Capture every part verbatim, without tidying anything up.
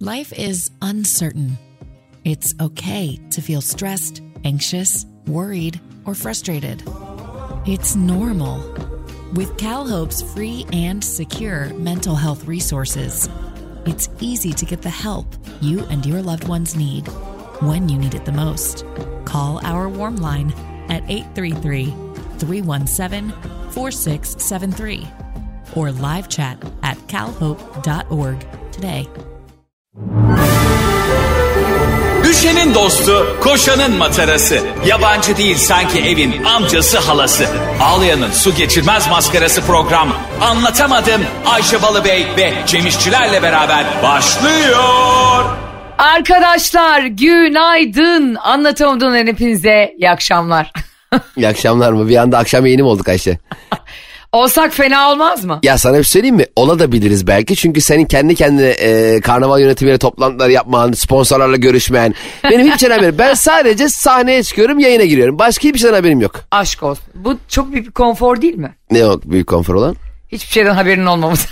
Life is uncertain. It's okay to feel stressed, anxious, worried, or frustrated. It's normal. With CalHope's free and secure mental health resources, it's easy to get the help you and your loved ones need when you need it the most. Call our warm line at eight three three, three one seven, four six seven three or live chat at cal hope dot org today. Düşenin dostu, koşanın matarası. Yabancı değil sanki evin amcası halası. Ağlayanın su geçirmez maskarası program. Anlatamadım Ayşe Balıbey ve Cem İşçilerle beraber başlıyor. Arkadaşlar günaydın. Anlatamadığım hepinize iyi akşamlar. İyi akşamlar mı? Bir anda akşam yayını mı olduk Ayşe? Olsak fena olmaz mı? Ya sana bir söyleyeyim mi? Ola da biliriz belki. Çünkü senin kendi kendine e, karnaval yönetimiyle toplantılar yapman, sponsorlarla görüşmen. Benim hiç haberim. Ben sadece sahneye çıkıyorum, yayına giriyorum. Başka hiçbir şeyden haberim yok. Aşk olsun. Bu çok büyük bir konfor değil mi? Ne o büyük konfor olan? Hiçbir şeyden haberin olmaması.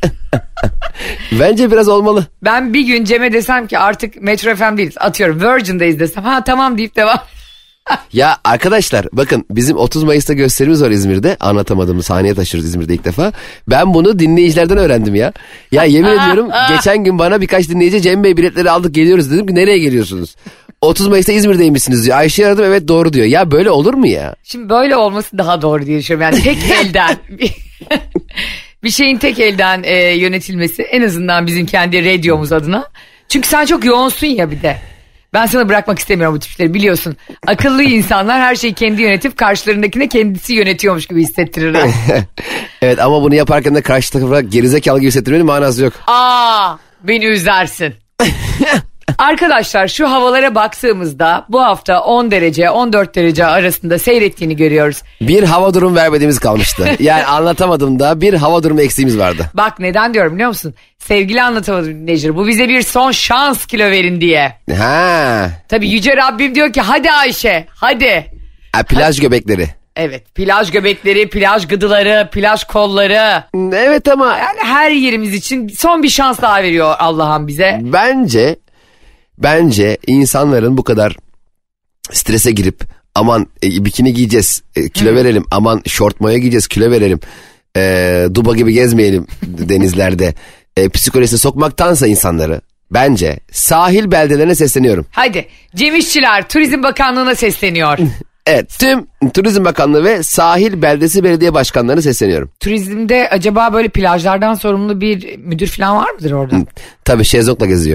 Bence biraz olmalı. Ben bir gün Cem'e desem ki artık Metro F M değiliz. Atıyorum Virgin'deyiz desem. Ha tamam deyip devam. Ya arkadaşlar bakın bizim otuz Mayıs'ta gösterimiz var İzmir'de. Anlatamadığımız sahneye taşıyoruz İzmir'de ilk defa. Ben bunu dinleyicilerden öğrendim ya. Ya yemin ediyorum geçen gün bana birkaç dinleyici Cem Bey biletleri aldık geliyoruz dedim ki nereye geliyorsunuz? otuz Mayıs'ta İzmir'deymişsiniz diyor. Ayşe'yi aradım evet doğru diyor. Ya böyle olur mu ya? Şimdi böyle olması daha doğru diye düşünüyorum. Yani tek elden bir şeyin tek elden e, yönetilmesi en azından bizim kendi radyomuz adına. Çünkü sen çok yoğunsun ya bir de. Ben sana bırakmak istemiyorum bu tipleri biliyorsun. Akıllı insanlar her şeyi kendi yönetip karşılarındakine kendisi yönetiyormuş gibi hissettirirler. Evet ama bunu yaparken de karşı tarafa gerizekalı gibi hissettirmenin manası yok. Aa, beni üzersin. Arkadaşlar şu havalara baktığımızda bu hafta on derece on dört derece arasında seyrettiğini görüyoruz. Bir hava durum vermediğimiz kalmıştı. Yani anlatamadım da bir hava durumu eksiğimiz vardı. Bak neden diyorum biliyor musun? Sevgili anlatamadım dinleyiciler bu bize bir son şans kilo verin diye. Ha. Tabii Yüce Rabbim diyor ki hadi Ayşe hadi. Ha, plaj hadi. Göbekleri. Evet plaj göbekleri, plaj gıdıları, plaj kolları. Evet ama. Yani her yerimiz için son bir şans daha veriyor Allah'ım bize. Bence... Bence insanların bu kadar strese girip aman e, bikini giyeceğiz e, kilo hmm. verelim aman şort mayo giyeceğiz kilo verelim e, Duba gibi gezmeyelim denizlerde e, psikolojisine sokmaktansa insanları bence sahil beldelerine sesleniyorum. Haydi Cem İşçiler Turizm Bakanlığı'na sesleniyor. Evet tüm Turizm Bakanlığı ve sahil beldesi belediye başkanlarına sesleniyorum. Turizmde acaba böyle plajlardan sorumlu bir müdür falan var mıdır orada? Tabii şezlongla geziyor.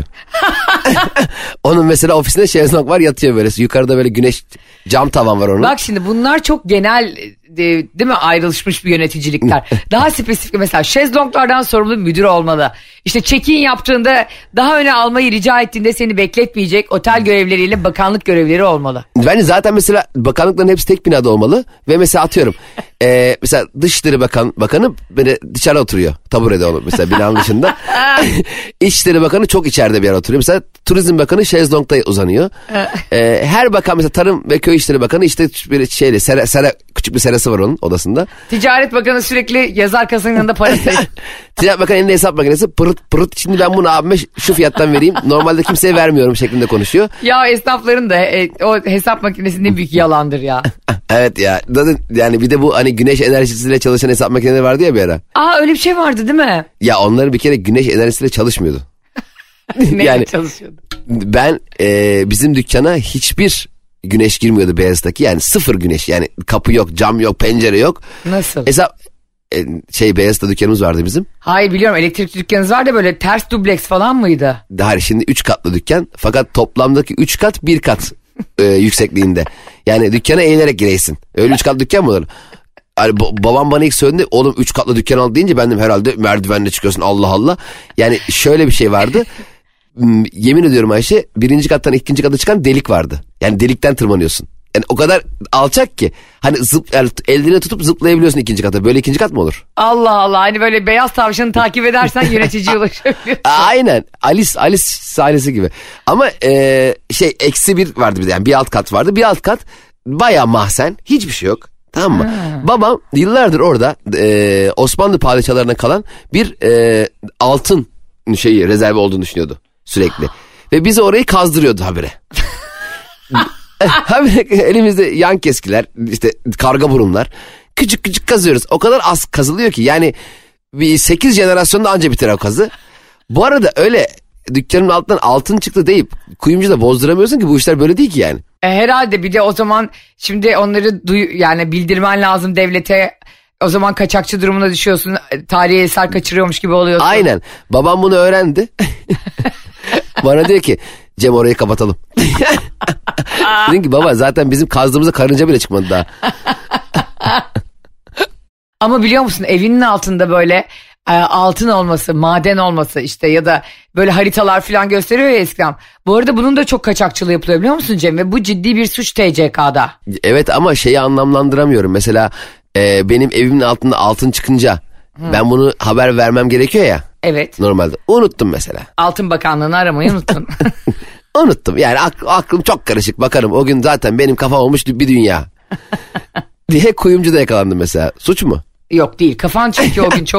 Onun mesela ofisinde şezlong var yatıyor böyle yukarıda böyle güneş cam tavan var onun. Bak şimdi bunlar çok genel değil mi ayrılışmış bir yöneticilikler. Daha spesifik mesela şezlonglardan sorumlu müdür olmalı. İşte check-in yaptığında daha öne almayı rica ettiğinde seni bekletmeyecek otel görevlileriyle bakanlık görevlileri olmalı. Bence zaten mesela bakanlıkların hepsi tek binada olmalı ve mesela atıyorum e, mesela Dışişleri Bakan, Bakanı böyle dışarı oturuyor taburede olur mesela binanın dışında. İçişleri Bakanı çok içeride bir yer oturuyor. Mesela Turizm Bakanı şezlongda uzanıyor. e, her bakan mesela Tarım ve Köy İşleri Bakanı işte bir şeyle sera, sera, küçük bir serası var onun odasında. Ticaret Bakanı sürekli yazar kasanın yanında para sayıyor. Ticaret Bakanı elinde hesap makinesi pırıt pırıt şimdi ben bunu abime şu fiyattan vereyim normalde kimseye vermiyorum şeklinde konuşuyor. Ya esnafların da e, o hesap makinesi ne büyük yalandır ya. Evet ya zaten yani bir de bu hani güneş enerjisiyle çalışan hesap makineleri vardı ya bir ara. Aa öyle bir şey vardı değil mi? Ya onların bir kere güneş enerjisiyle çalışmıyordu. Neyle yani, çalışıyordu? Ben e, bizim dükkana hiçbir güneş girmiyordu Beyazıt'taki yani sıfır güneş yani kapı yok cam yok pencere yok. Nasıl? Hesap e, şey Beyazıt'ta dükkanımız vardı bizim. Hayır biliyorum elektrikli dükkanınız var da böyle ters dubleks falan mıydı? Hayır şimdi üç katlı dükkan fakat toplamdaki üç kat bir kat e, yüksekliğinde. Yani dükkana eğilerek gireysin. Öyle üç katlı dükkan mı olur? Yani babam bana ilk söyledi oğlum üç katlı dükkan al deyince ben de herhalde merdivenle çıkıyorsun Allah Allah. Yani şöyle bir şey vardı. Yemin ediyorum Ayşe birinci kattan ikinci kata çıkan delik vardı. Yani delikten tırmanıyorsun. Yani o kadar alçak ki hani zıp, yani eldiveni tutup zıplayabiliyorsun ikinci kata. Böyle ikinci kat mı olur? Allah Allah hani böyle beyaz tavşanı takip edersen yöneticiye ulaşabiliyorsun. Aynen Alice Alice sahnesi gibi. Ama e, şey eksi bir vardı bir de yani bir alt kat vardı. Bir alt kat bayağı mahzen hiçbir şey yok. Tamam mı? Ha. Babam yıllardır orada e, Osmanlı padişahlarına kalan bir e, altın şeyi rezervi olduğunu düşünüyordu. sürekli. Ve bizi orayı kazdırıyordu habire. Habire elimizde yan keskiler, işte karga burunlar. Küçük küçük kazıyoruz. O kadar az kazılıyor ki yani bir sekiz jenerasyonda anca biter o kazı. Bu arada öyle dükkanın altından altın çıktı deyip kuyumcu da bozduramıyorsun ki, bu işler böyle değil ki yani. E, herhalde bir de o zaman şimdi onları duy, yani bildirmen lazım devlete. O zaman kaçakçı durumuna düşüyorsun. Tarihi eser kaçırıyormuş gibi oluyorsun. Aynen. Babam bunu öğrendi. Bana diyor ki Cem orayı kapatalım. Dedim ki baba zaten bizim kazdığımızda karınca bile çıkmadı daha. Ama biliyor musun evinin altında böyle e, altın olması, maden olması işte ya da böyle haritalar falan gösteriyor ya eskiden. Bu arada bunun da çok kaçakçılığı yapılıyor biliyor musun Cem? Ve bu ciddi bir suç T C K'da. Evet ama şeyi anlamlandıramıyorum. Mesela e, benim evimin altında altın çıkınca hmm. ben bunu haber vermem gerekiyor ya. Evet. Normalde. Unuttum mesela. Altın Bakanlığı'nı aramayı unuttun. Unuttum. Yani ak- aklım çok karışık, bakarım. O gün zaten benim kafam olmuş bir dünya. Diye kuyumcuda yakalandım mesela. Suç mu? Yok değil. Kafan çünkü o gün çok...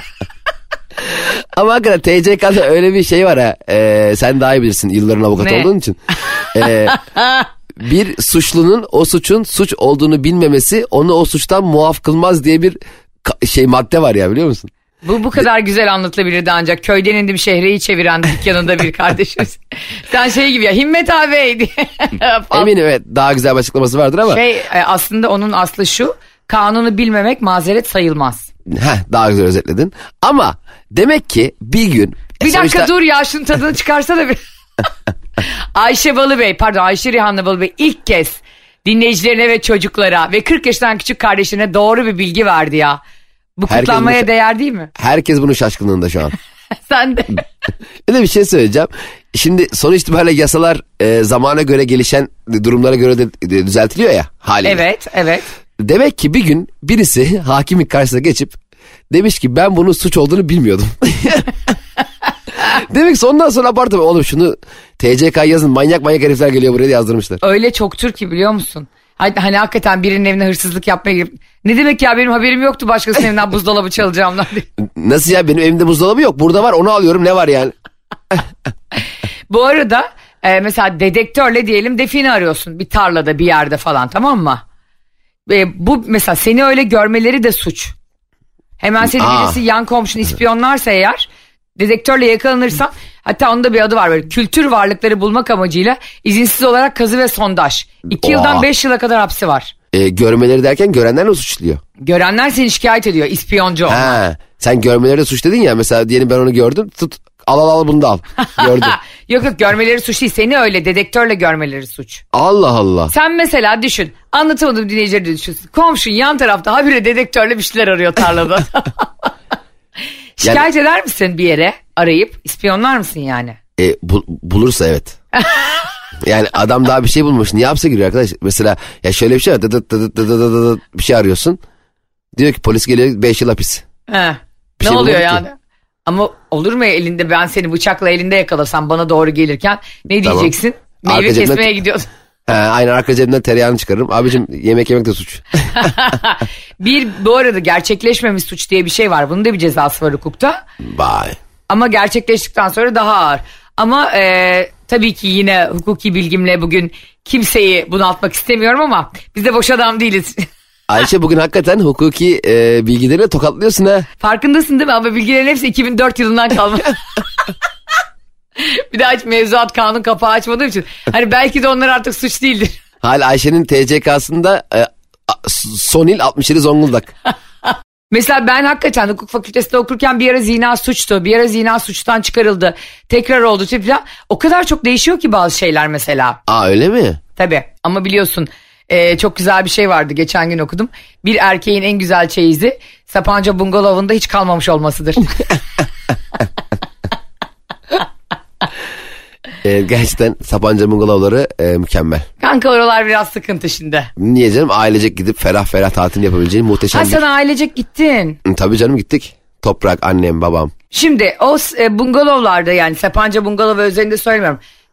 Ama hakikaten T C K'da öyle bir şey var ha. E, sen daha iyi bilirsin yılların avukatı ne? olduğun için. E, bir suçlunun o suçun suç olduğunu bilmemesi onu o suçtan muaf kılmaz diye bir şey madde var ya, biliyor musun? Bu bu kadar güzel anlatılabilirdi ancak köyden indim şehreyi çeviren dükkanında bir kardeşimiz. Sen şey gibi ya Himmet abi diye. Eminim evet daha güzel bir açıklaması vardır ama. Şey aslında onun aslı şu, kanunu bilmemek mazeret sayılmaz. Heh, daha güzel özetledin. Ama demek ki bir gün. Bir e, dakika sonuçta... dur ya şunun tadını çıkarsana bir. Ayşe Balıbey pardon Ayşe Rihanna Balıbey ilk kez dinleyicilerine ve çocuklara ve kırk yaşından küçük kardeşine doğru bir bilgi verdi ya. Bu Herkes kutlanmaya bunu... değer değil mi? Herkes bunun şaşkınlığında şu an. Sen de. Bir de bir şey söyleyeceğim. Şimdi sonuç itibariyle yasalar e, zamana göre gelişen durumlara göre de, de düzeltiliyor ya haliyle. Evet, evet. Demek ki bir gün birisi hakimin karşısına geçip demiş ki ben bunun suç olduğunu bilmiyordum. Demek ki ondan sonra abartma oğlum şunu T C K yazın, manyak manyak herifler geliyor buraya yazdırmışlar. Öyle çoktur ki biliyor musun? Hani, hani hakikaten birinin evine hırsızlık yapmaya girip ne demek ya benim haberim yoktu başkasının evinden buzdolabı çalacağımdan diye. Nasıl ya, benim evimde buzdolabı yok, burada var onu alıyorum, ne var yani? Bu arada e, mesela dedektörle diyelim define arıyorsun bir tarlada bir yerde falan, tamam mı? E, bu mesela seni öyle görmeleri de suç. Hemen seni Aa. birisi yan komşun ispiyonlarsa eğer dedektörle yakalanırsan, hatta onun da bir adı var böyle, kültür varlıkları bulmak amacıyla izinsiz olarak kazı ve sondaj. iki yıldan beş yıla kadar hapsi var. E, görmeleri derken görenler mi suçluyor? Görenler seni şikayet ediyor, ispiyoncu olma. Ha, sen görmeleri de suç dedin ya, mesela diyelim ben onu gördüm, tut al al al bunu da al. Gördüm. Yok yok, görmeleri suç değil, seni öyle dedektörle görmeleri suç. Allah Allah. Sen mesela düşün, anlatamadım dinleyicileri de düşünsün. Komşun yan tarafta habire dedektörle bir şeyler arıyor tarlada. Şikayet yani, eder misin bir yere arayıp ispiyonlar mısın yani? E, bu, bulursa evet. Yani adam daha bir şey bulmuş, niye hapse giriyor arkadaş? Mesela ya şöyle bir şey var, dıdıt dıdıt dıdıt dıdıt bir şey arıyorsun. Diyor ki polis geliyor, beş yıl hapis. He. Bir ne şey oluyor yani? Ki. Ama olur mu elinde, ben seni bıçakla elinde yakalasam bana doğru gelirken ne tamam. diyeceksin? Meyve arka kesmeye cebimden, gidiyorsun. He, aynen arka cebimden tereyağını çıkarırım. Abicim yemek yemek de suç. Bir bu arada gerçekleşmemiş suç diye bir şey var. Bunun da bir cezası var hukukta. Vay. Ama gerçekleştikten sonra daha ağır. Ama e, tabii ki yine hukuki bilgimle bugün kimseyi bunaltmak istemiyorum ama biz de boş adam değiliz. Ayşe bugün hakikaten hukuki e, bilgilerine tokatlıyorsun ha. Farkındasın değil mi? Ama bilgilerin hepsi iki bin dört yılından kalma. Bir de hiç mevzuat kanun kapağı açmadığım için. Hani belki de onlar artık suç değildir. Hala Ayşe'nin T C K'sında e, son il altmış yedi Zonguldak. Mesela ben hakikaten hukuk fakültesinde okurken bir ara zina suçtu. Bir ara zina suçtan çıkarıldı. Tekrar oldu falan. O kadar çok değişiyor ki bazı şeyler mesela. Aa öyle mi? Tabii ama biliyorsun e, çok güzel bir şey vardı. Geçen gün okudum. Bir erkeğin en güzel çeyizi Sapanca bungalovunda hiç kalmamış olmasıdır. E, gerçekten Sapanca bungalovları e, mükemmel. Kanka oralar biraz sıkıntı şimdi. Niye canım, ailecek gidip ferah ferah tatil yapabileceğin muhteşem ha, bir... sen ailecek gittin. Tabii canım gittik. Toprak, annem, babam. Şimdi o e, bungalovlarda, yani Sapanca bungalov özelinde söylemiyorum.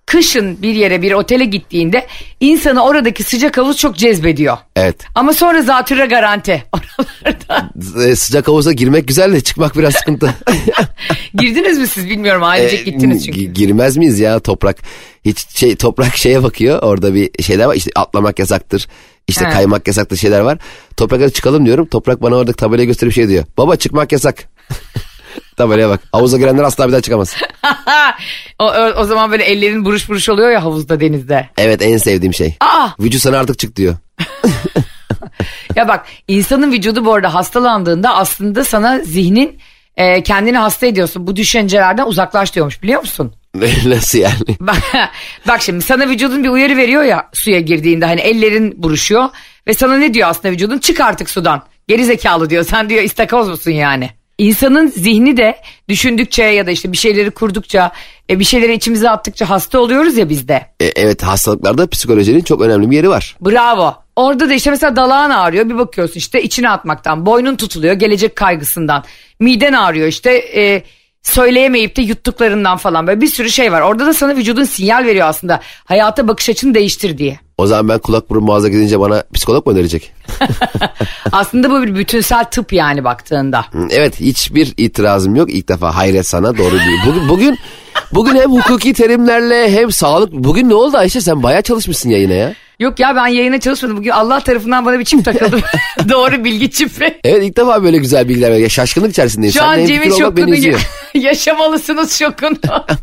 kışın bir yere bir otele gittiğinde insanı oradaki sıcak havuz çok cezbediyor. Evet. Ama sonra zatürre garanti oralarda. E, sıcak havuza girmek güzel de çıkmak biraz sıkıntı. Girdiniz mi siz bilmiyorum ailecek E, gittiniz çünkü. gi- Girmez miyiz ya toprak? Hiç şey toprak şeye bakıyor orada bir şeyler var işte atlamak yasaktır. İşte He. kaymak yasaktır şeyler var. Toprak'a çıkalım diyorum. Toprak bana orada tabelayı gösterip şey diyor. Baba çıkmak yasak. Tabelaya bak. Havuza girenler asla bir daha çıkamaz. o, o, o zaman böyle ellerin buruş buruş oluyor ya havuzda denizde. Evet en sevdiğim şey. Aa! Vücut sana artık çık diyor. Ya bak insanın vücudu bu arada hastalandığında aslında sana zihnin e, kendini hasta ediyorsun. Bu düşüncelerden uzaklaş diyormuş biliyor musun? Nasıl yani? Bak, bak şimdi sana vücudun bir uyarı veriyor ya suya girdiğinde hani ellerin buruşuyor. Ve sana ne diyor aslında vücudun çık artık sudan. Geri zekalı diyor sen diyor istakoz musun yani? İnsanın zihni de düşündükçe ya da işte bir şeyleri kurdukça e, bir şeyleri içimize attıkça hasta oluyoruz ya biz de. E, evet hastalıklarda psikolojinin çok önemli bir yeri var. Bravo. Orada da işte mesela dalağın ağrıyor bir bakıyorsun işte içine atmaktan boynun tutuluyor gelecek kaygısından. Miden ağrıyor işte e, söyleyemeyip de yuttuklarından falan böyle bir sürü şey var. Orada da sana vücudun sinyal veriyor aslında hayata bakış açını değiştir diye. O zaman ben kulak burun boğaza gidince bana psikolog mu önerecek? Aslında bu bir bütünsel tıp yani baktığında. Evet hiçbir itirazım yok ilk defa hayret sana doğru değil. Bugün, bugün, bugün hem hukuki terimlerle hem sağlık. Bugün ne oldu Ayşe sen bayağı çalışmışsın yayına ya. Yok ya ben yayına çalışmadım. Bugün Allah tarafından bana bir çip takıldı. Doğru bilgi çipi. Evet ilk defa böyle güzel bilgiler veriyor. Şaşkınlık içerisindeyim. Şu Seninle an hemfikir Cem'in olmak beni şokunu üzüyor. yaşamalısınız şokunu.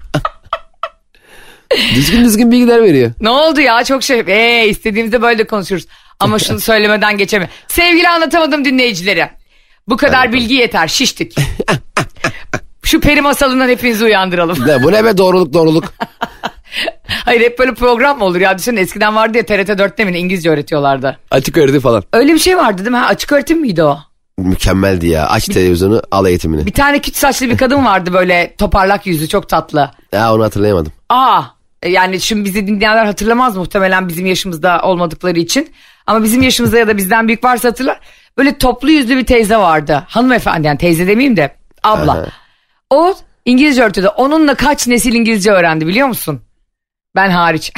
Düzgün düzgün bilgiler veriyor. Ne oldu ya çok şey. Ee, istediğimizde böyle de konuşuruz. Ama şunu söylemeden geçemiyorum. Sevgili anlatamadım dinleyicileri. Bu kadar Evet. bilgi yeter şiştik. Şu peri masalından hepinizi uyandıralım. Ne, bu ne be doğruluk doğruluk. Hayır hep böyle program mı olur ya? Düşünün eskiden vardı ya T R T dörtte mi ne İngilizce öğretiyorlardı. Açık öğretim falan. Öyle bir şey vardı değil mi? Ha, açık öğretim miydi o? Mükemmeldi ya. Aç televizyonu al eğitimini. Bir tane küt saçlı bir kadın vardı böyle toparlak yüzü çok tatlı. Ya onu hatırlayamadım. Aa yani şimdi bizi dinleyenler hatırlamaz muhtemelen bizim yaşımızda olmadıkları için. Ama bizim yaşımızda ya da bizden büyük varsa hatırlar. Böyle toplu yüzlü bir teyze vardı. Hanımefendi yani teyze demeyeyim de abla. Aha. O İngilizce öğretiyordu. Onunla kaç nesil İngilizce öğrendi biliyor musun? Ben hariç.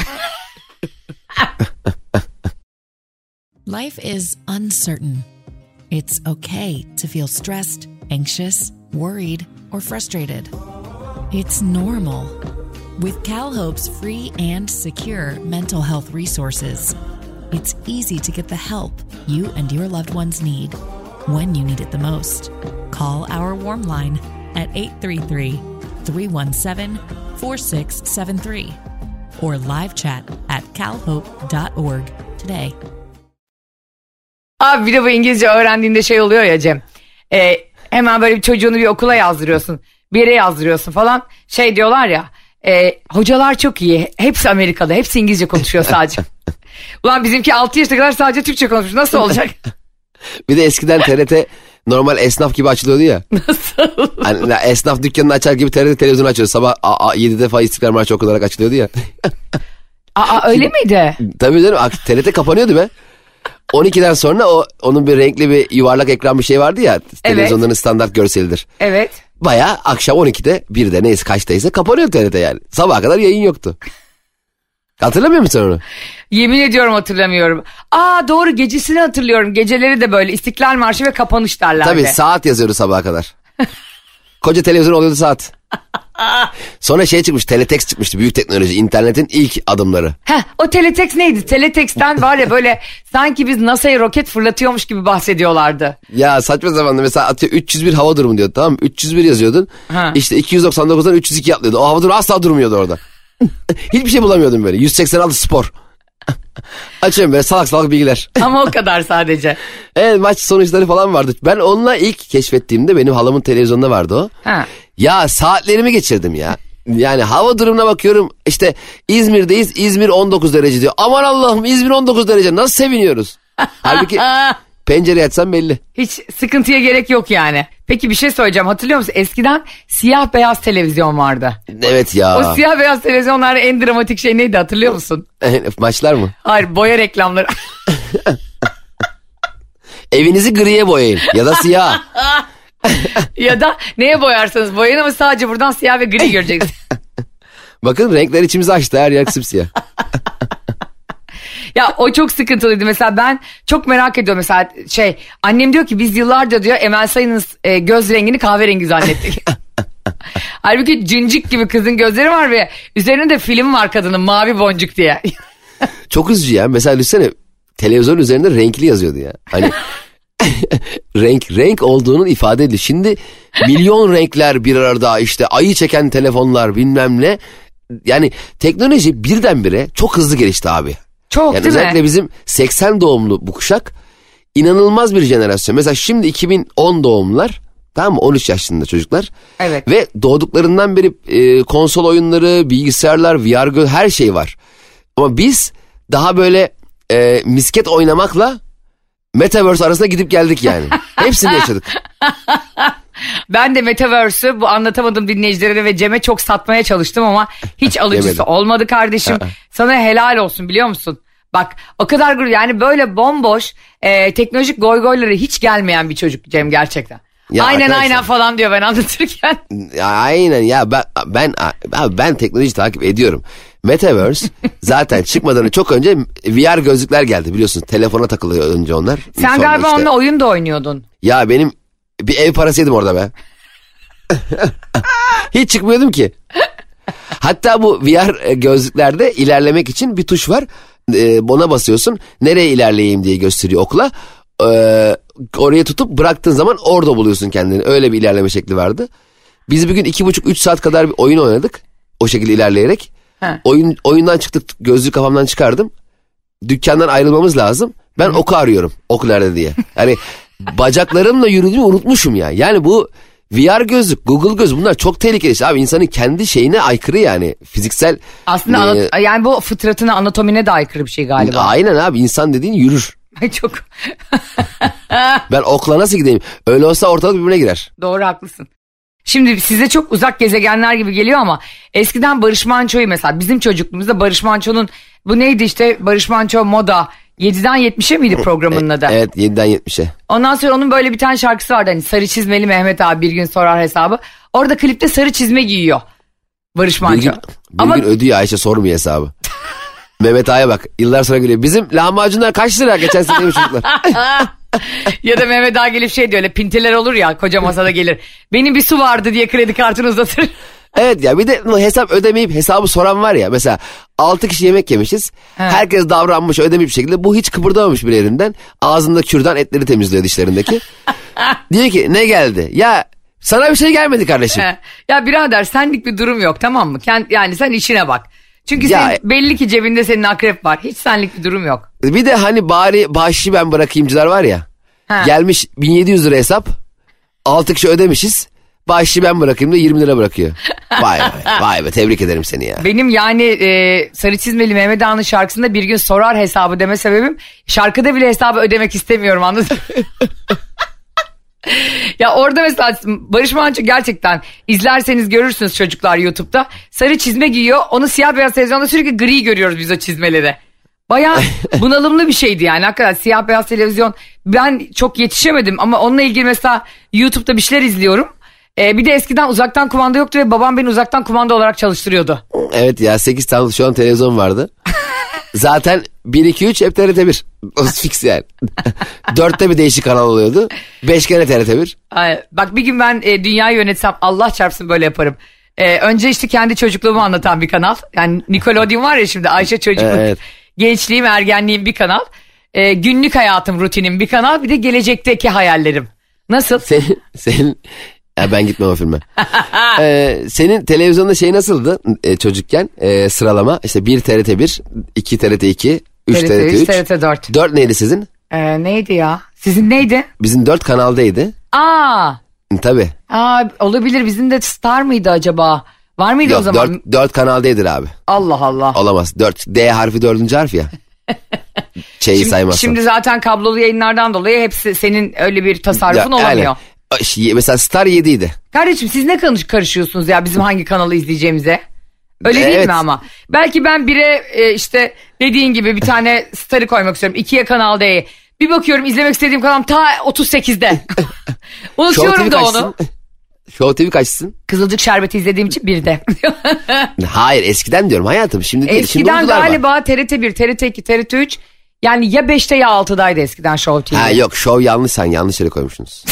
Life is uncertain. It's okay to feel stressed, anxious, worried, or frustrated. It's normal. With CalHope's free and secure mental health resources, it's easy to get the help you and your loved ones need when you need it the most. Call our warm line at eight three three, three one seven, four six seven three or live chat at calhope dot org today. Abi bir de bu İngilizce öğrendiğinde şey oluyor ya Cem. Ee, hemen böyle bir çocuğunu bir okula yazdırıyorsun. Bir yere yazdırıyorsun falan. Şey diyorlar ya. E, hocalar çok iyi. Hepsi Amerikalı. Hepsi İngilizce konuşuyor sadece. Ulan bizimki altı yaşına kadar sadece Türkçe konuşmuş. Nasıl olacak? Bir de eskiden T R T normal esnaf gibi açılıyordu ya. Nasıl? Hani esnaf dükkanını açar gibi T R T televizyonu açıyordu. Sabah yedide falan İstiklal Marşı okunarak açılıyordu ya. Aa öyle miydi? Tabii canım T R T kapanıyordu be. on ikiden sonra o onun bir renkli bir yuvarlak ekran bir şey vardı ya. Evet. Televizyonların standart görselidir. Evet. Bayağı akşam on ikide birde neyse kaçtaysa kapanıyor T R T yani. Sabaha kadar yayın yoktu. Hatırlamıyor musun onu? Yemin ediyorum hatırlamıyorum. Aa doğru gecesini hatırlıyorum. Geceleri de böyle İstiklal Marşı ve kapanış derlerdi. Tabii saat yazıyordu sabaha kadar. Koca televizyon oluyordu saat. Sonra şey çıkmış teletext çıkmıştı büyük teknoloji internetin ilk adımları. Heh, o teletext neydi? Teletext'ten var ya böyle sanki biz NASA'ya roket fırlatıyormuş gibi bahsediyorlardı. Ya saçma zamanda mesela atıyor üç yüz bir hava durumu diyordu tamam mı? üç yüz bir yazıyordun. Ha. İşte iki yüz doksan dokuzdan üç yüz iki atlıyordu. O hava durumu asla durmuyordu orada. Hiçbir şey bulamıyordum böyle. yüz seksen altı spor. Açıyorum böyle salak salak bilgiler. Ama o kadar sadece. Evet maç sonuçları falan vardı. Ben onunla ilk keşfettiğimde benim halamın televizyonunda vardı o. Ha. Ya saatlerimi geçirdim ya. Yani hava durumuna bakıyorum işte İzmir'deyiz İzmir on dokuz derece diyor. Aman Allah'ım İzmir on dokuz derece nasıl seviniyoruz. Halbuki pencereyi açsam belli. Hiç sıkıntıya gerek yok yani. Peki bir şey söyleyeceğim hatırlıyor musun? Eskiden siyah beyaz televizyon vardı. Evet ya. O siyah beyaz televizyonlarda en dramatik şey neydi hatırlıyor musun? Maçlar mı? Hayır boya reklamları. Evinizi griye boyayın ya da siyah. Ya da neye boyarsanız boyayın ama sadece buradan siyah ve gri göreceksiniz. Bakın renkler içimizi açtı, her yer simsiyah. Ya o çok sıkıntılıydı. Mesela ben çok merak ediyorum. Mesela şey, annem diyor ki biz yıllarca diyor Emel Sayın'ın e, göz rengini kahverengi zannettik. Halbuki cincik gibi kızın gözleri var ve üzerinde de film var kadının, Mavi Boncuk diye. Çok üzücü ya. Mesela düşünsene, televizyon üzerinde renkli yazıyordu ya. Hani renk renk olduğunun ifade edildi. Şimdi milyon renkler bir arada, işte ayı çeken telefonlar bilmem ne. Yani teknoloji birdenbire çok hızlı gelişti abi. Çok, yani değil özellikle mi? bizim seksen doğumlu bu kuşak inanılmaz bir jenerasyon. Mesela şimdi iki bin on doğumlular, tamam mı, on üç yaşında çocuklar. Evet. Ve doğduklarından beri e, konsol oyunları, bilgisayarlar, V R gö- her şey var. Ama biz daha böyle e, misket oynamakla Metaverse arasında gidip geldik yani. Hepsini yaşadık. Ben de Metaverse'ü bu anlatamadım dinleyicilere ve Cem'e çok satmaya çalıştım ama hiç alıcısı Yemedim. olmadı kardeşim. Sana helal olsun, biliyor musun? Bak o kadar gurur, yani böyle bomboş e, teknolojik goygoylara hiç gelmeyen bir çocuk Cem gerçekten. Ya aynen arkadaşlar, aynen falan diyor ben anlatırken. Ya aynen ya, ben ben ben, ben teknoloji takip ediyorum. Metaverse zaten çıkmadan çok önce V R gözlükler geldi, biliyorsunuz. Telefona takılıyor önce onlar. Sen Sonra galiba işte, onunla oyun da oynuyordun. ya benim bir ev parası yedim orada be. Hiç çıkmıyordum ki. Hatta bu V R gözlüklerde ilerlemek için bir tuş var. Ee, ona basıyorsun. Nereye ilerleyeyim diye gösteriyor okla. Ee, oraya tutup bıraktığın zaman orada buluyorsun kendini. Öyle bir ilerleme şekli vardı. Biz bir gün iki buçuk üç saat kadar bir oyun oynadık. O şekilde ilerleyerek. He. Oyun oyundan çıktık, gözlüğü kafamdan çıkardım. Dükkandan ayrılmamız lazım. Ben oku arıyorum. Ok nerede diye. Yani bacaklarımla yürüdüğümü unutmuşum ya. Yani bu V R gözlük, Google göz, bunlar çok tehlikeli işte abi. İnsanın kendi şeyine aykırı yani. Fiziksel. Aslında e, anat- yani bu fıtratına, anatomine de aykırı bir şey galiba. Aynen abi, insan dediğin yürür. Ay çok Ben okla nasıl gideyim? Öyle olsa ortalık birbirine girer. doğru, haklısın. Şimdi size çok uzak gezegenler gibi geliyor ama eskiden Barış Manço'yu, mesela bizim çocukluğumuzda Barış Manço'nun bu neydi işte, Barış Manço Moda yediden yetmişe miydi programının adı? Evet, yediden yetmişe. Ondan sonra onun böyle bir tane şarkısı vardı, hani sarı çizmeli Mehmet abi bir gün sorar hesabı. Orada klipte sarı çizme giyiyor Barış Manço. Bir gün, bir Ama gün ödüyor Ayşe, sormuyor hesabı. Mehmet Ağa'ya bak, yıllar sonra gülüyor. Bizim lahmacunlar kaç lira geçen sene demiş çocuklar. ya da Mehmet Ağa gelip şey diyor, öyle pintiler olur ya, koca masada gelir. Benim bir su vardı diye kredi kartını uzatır. Evet ya, bir de hesap ödemeyip hesabı soran var ya. Mesela altı kişi yemek yemişiz. He. Herkes davranmış, ödemiş bir şekilde. Bu hiç kıpırdamamış bir yerinden. Ağzında kürdan, etleri temizliyor dişlerindeki. Diyor ki ne geldi? Ya sana bir şey gelmedi kardeşim. He. Ya birader, senlik bir durum yok, tamam mı? Kend, yani sen işine bak. Çünkü Ya- senin, belli ki cebinde senin akrep var. Hiç senlik bir durum yok. Bir de hani bari bahşişi ben bırakayımcılar var ya. He. Gelmiş bin yedi yüz lira hesap. altı kişi ödemişiz. Bahşişi ben bırakayım da yirmi lira bırakıyor. Vay be, vay be, tebrik ederim seni ya. Benim yani e, sarı çizmeli Mehmet Ağa'nın şarkısında bir gün sorar hesabı deme sebebim, şarkıda bile hesabı ödemek istemiyorum, anladın mı? Ya orada mesela Barış Manço gerçekten, izlerseniz görürsünüz çocuklar YouTube'da, sarı çizme giyiyor, onu siyah beyaz televizyonda sürekli gri görüyoruz biz o çizmeleri. Bayağı bunalımlı bir şeydi yani, hakikaten siyah beyaz televizyon, ben çok yetişemedim ama onunla ilgili mesela YouTube'da bir şeyler izliyorum. Ee, bir de eskiden uzaktan kumanda yoktu ve babam beni uzaktan kumanda olarak çalıştırıyordu. Evet ya, sekiz tane şu an televizyon vardı. Zaten bir iki üç hep T R T bir. O fix yani. dörtte bir değişik kanal oluyordu. beş kere T R T bir. Ay, bak bir gün ben e, dünyayı yönetsem Allah çarpsın böyle yaparım. E, önce işte kendi çocukluğumu anlatan bir kanal. Yani Nickelodeon var ya şimdi, Ayşe çocukluk, Evet. gençliğim, ergenliğim bir kanal. E, günlük hayatım, rutinim bir kanal. Bir de gelecekteki hayallerim. Nasıl? Senin, senin ya ben gitmem o filme. ee, senin televizyonda şey nasıldı e, çocukken e, sıralama? İşte bir T R T bir, iki T R T iki, üç T R T T R T üç. T R T dört. dört neydi sizin? E, neydi ya? Sizin neydi? Bizim dört kanaldaydı. Aa, Tabii. aa olabilir, bizim de Star mıydı acaba? Var mıydı o Yok, zaman? dört, dört kanaldaydır abi. Allah Allah. Olamaz. dört. D harfi dördüncü harf ya. Şeyi Şimdi, saymazsan. şimdi zaten kablolu yayınlardan dolayı hepsi senin öyle bir tasarrufun Ya, olamıyor. yani, Şey, mesela Star yediydi. Kardeşim siz ne karış- karışıyorsunuz ya bizim hangi kanalı izleyeceğimize? Öyle değil Evet. mi ama? Belki ben bire e, işte dediğin gibi bir tane starı koymak istiyorum. İkiye Kanal D'ye. Bir bakıyorum izlemek istediğim kanal ta otuz sekizde. Show T V Unutuyorum da kaçsın? onu. Show T V kaçsın? Kızılcık Şerbeti izlediğim için bir de. Hayır eskiden diyorum hayatım. Şimdi değil. Eskiden Şimdi galiba T R T bir, T R T iki, T R T üç yani ya beşte ya altıdaydı eskiden Show T V. Ha yok Show yanlış, sen yanlış yere koymuşsunuz.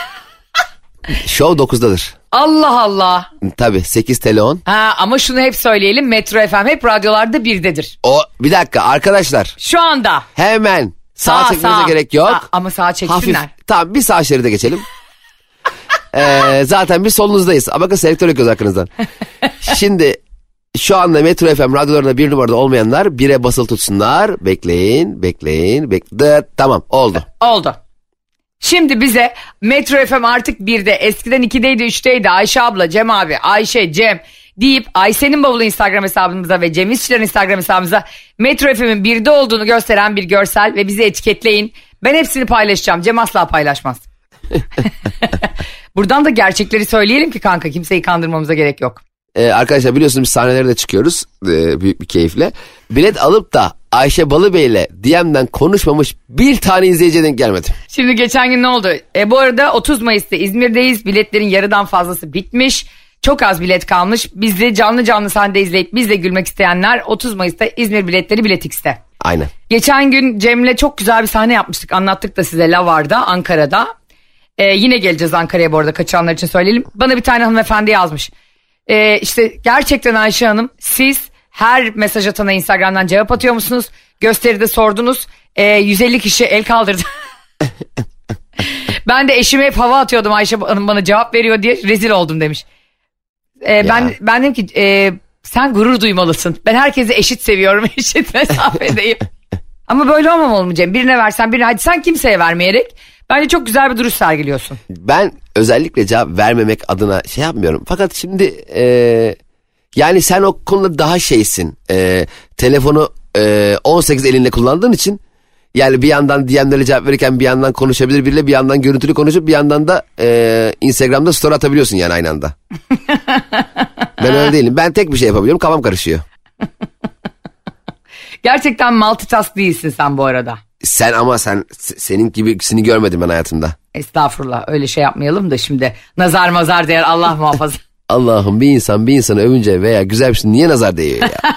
Show dokuzdadır. Allah Allah. Tabii sekiz T L on. Ha, ama şunu hep söyleyelim, Metro F M hep radyolarda birdedir. O bir dakika arkadaşlar. Şu anda. Hemen sağa Sağ, çekmenize sağ. gerek yok. Sağ, ama sağa çeksinler. Hafif, tamam bir sağ şeride geçelim. ee, zaten biz solunuzdayız. Bakın selektör yapıyoruz arkanızdan. Şimdi şu anda Metro F M radyolarında bir numarada olmayanlar bire basılı tutsunlar. Bekleyin, bekleyin, bekleyin. Tamam oldu. Oldu. Şimdi bize Metro F M artık birde, eskiden ikideydi, üçteydi. Ayşe abla, Cem abi, Ayşe, Cem deyip Ayşe'nin bavulu Instagram hesabımıza ve Cem İşçilerin Instagram hesabımıza Metro F M'in birde olduğunu gösteren bir görsel ve bizi etiketleyin. Ben hepsini paylaşacağım. Cem asla paylaşmaz. Buradan da gerçekleri söyleyelim ki kanka, kimseyi kandırmamıza gerek yok. Ee, arkadaşlar biliyorsunuz biz sahnelere de çıkıyoruz ee, büyük bir keyifle. Bilet alıp da Ayşe Balıbey'le D M'den konuşmamış bir tane izleyiciye denk gelmedim. Şimdi geçen gün ne oldu? E, bu arada otuz Mayıs'ta İzmir'deyiz. Biletlerin yarıdan fazlası bitmiş. Çok az bilet kalmış. Bizi canlı canlı sahnede izleyip bizle gülmek isteyenler otuz Mayıs'ta İzmir biletleri Bilet X'te. Aynen. Geçen gün Cem'le çok güzel bir sahne yapmıştık. Anlattık da size Lavar'da, Ankara'da. Ee, yine geleceğiz Ankara'ya bu arada, kaçanlar için söyleyelim. Bana bir tane hanımefendi yazmış. Ee, işte gerçekten Ayşe Hanım, siz her mesaj atana Instagram'dan cevap atıyor musunuz? Gösteride sordunuz. Ee, yüz elli kişi el kaldırdı. Ben de eşime hep hava atıyordum, Ayşe Hanım bana cevap veriyor diye, rezil oldum demiş. Ee, ben ben dedim ki e, sen gurur duymalısın. Ben herkesi eşit seviyorum, eşit mesafedeyim. Ama böyle olmamalı mı Cem? Birine versen birine, hadi sen kimseye vermeyerek bence çok güzel bir duruş sergiliyorsun. Ben özellikle cevap vermemek adına şey yapmıyorum. Fakat şimdi e, yani sen o konuda daha şeysin. E, telefonu e, on sekiz elinle kullandığın için yani bir yandan D M'lere cevap verirken bir yandan konuşabilir biriyle, bir yandan görüntülü konuşup bir yandan da e, Instagram'da story atabiliyorsun yani aynı anda. Ben öyle değilim. Ben tek bir şey yapabiliyorum, kafam karışıyor. Gerçekten multitask değilsin sen bu arada. Sen ama sen senin gibisini görmedim ben hayatımda. Estağfurullah, öyle şey yapmayalım da şimdi nazar mazar değer, Allah muhafaza. Allah'ım, bir insan bir insanı övünce veya güzel bir şey niye nazar değiyor ya?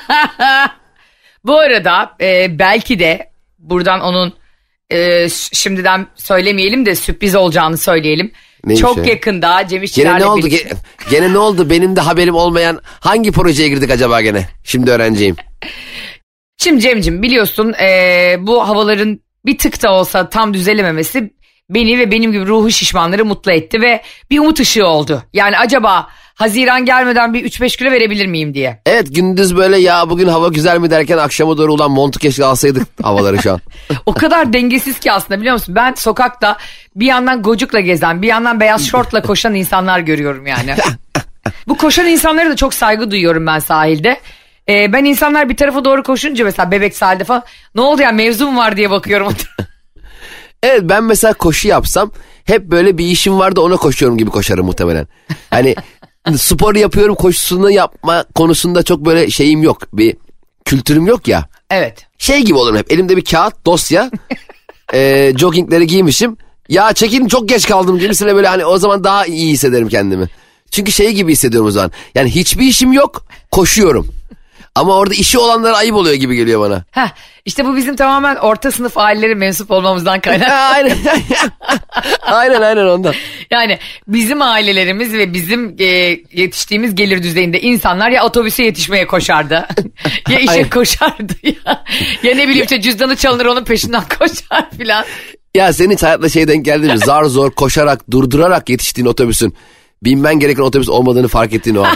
Bu arada e, belki de buradan onun e, şimdiden söylemeyelim de sürpriz olacağını söyleyelim. Neymiş Çok ya? Yakında Cem İşçilerle Gene ne oldu? birlikte... Gene, gene ne oldu? Benim de haberim olmayan hangi projeye girdik acaba gene? Şimdi öğrenciyim. Şimdi Cem'cim biliyorsun e, bu havaların bir tık da olsa tam düzelememesi beni ve benim gibi ruhu şişmanları mutlu etti ve bir umut ışığı oldu. Yani acaba Haziran gelmeden bir üç beş kilo verebilir miyim diye. Evet, gündüz böyle ya bugün hava güzel mi derken akşama doğru ulan montu keşke alsaydık havaları şu an. O kadar dengesiz ki aslında, biliyor musun? Ben sokakta bir yandan gocukla gezen, bir yandan beyaz şortla koşan insanlar görüyorum yani. Bu koşan insanlara da çok saygı duyuyorum ben sahilde. Ee, ben insanlar bir tarafa doğru koşunca mesela Bebek sahilde falan, ne oldu ya, mevzum var diye bakıyorum. Evet, ben mesela koşu yapsam hep böyle bir işim var da ona koşuyorum gibi koşarım muhtemelen. Hani spor yapıyorum, koşusunu yapma konusunda çok böyle şeyim yok. Bir kültürüm yok ya. Evet. Şey gibi olurum hep, elimde bir kağıt dosya. e, joggingleri giymişim. Ya çekin çok geç kaldım gibisine, böyle hani o zaman daha iyi hissederim kendimi. Çünkü şey gibi hissediyorum o zaman. Yani hiçbir işim yok, koşuyorum. Ama orada işi olanlara ayıp oluyor gibi geliyor bana. Heh, işte bu bizim tamamen orta sınıf ailelere mensup olmamızdan kaynaklı. aynen. aynen aynen ondan. Yani bizim ailelerimiz ve bizim e, yetiştiğimiz gelir düzeyinde insanlar ya otobüse yetişmeye koşardı. Ya işe Aynen. koşardı ya. Ya ne bileyim işte cüzdanı çalınır onun peşinden koşar filan. Ya senin hiç hayatla şey denk geldi mi? Zar zor koşarak, durdurarak yetiştiğin otobüsün binmen gereken otobüs olmadığını fark ettiğin o an.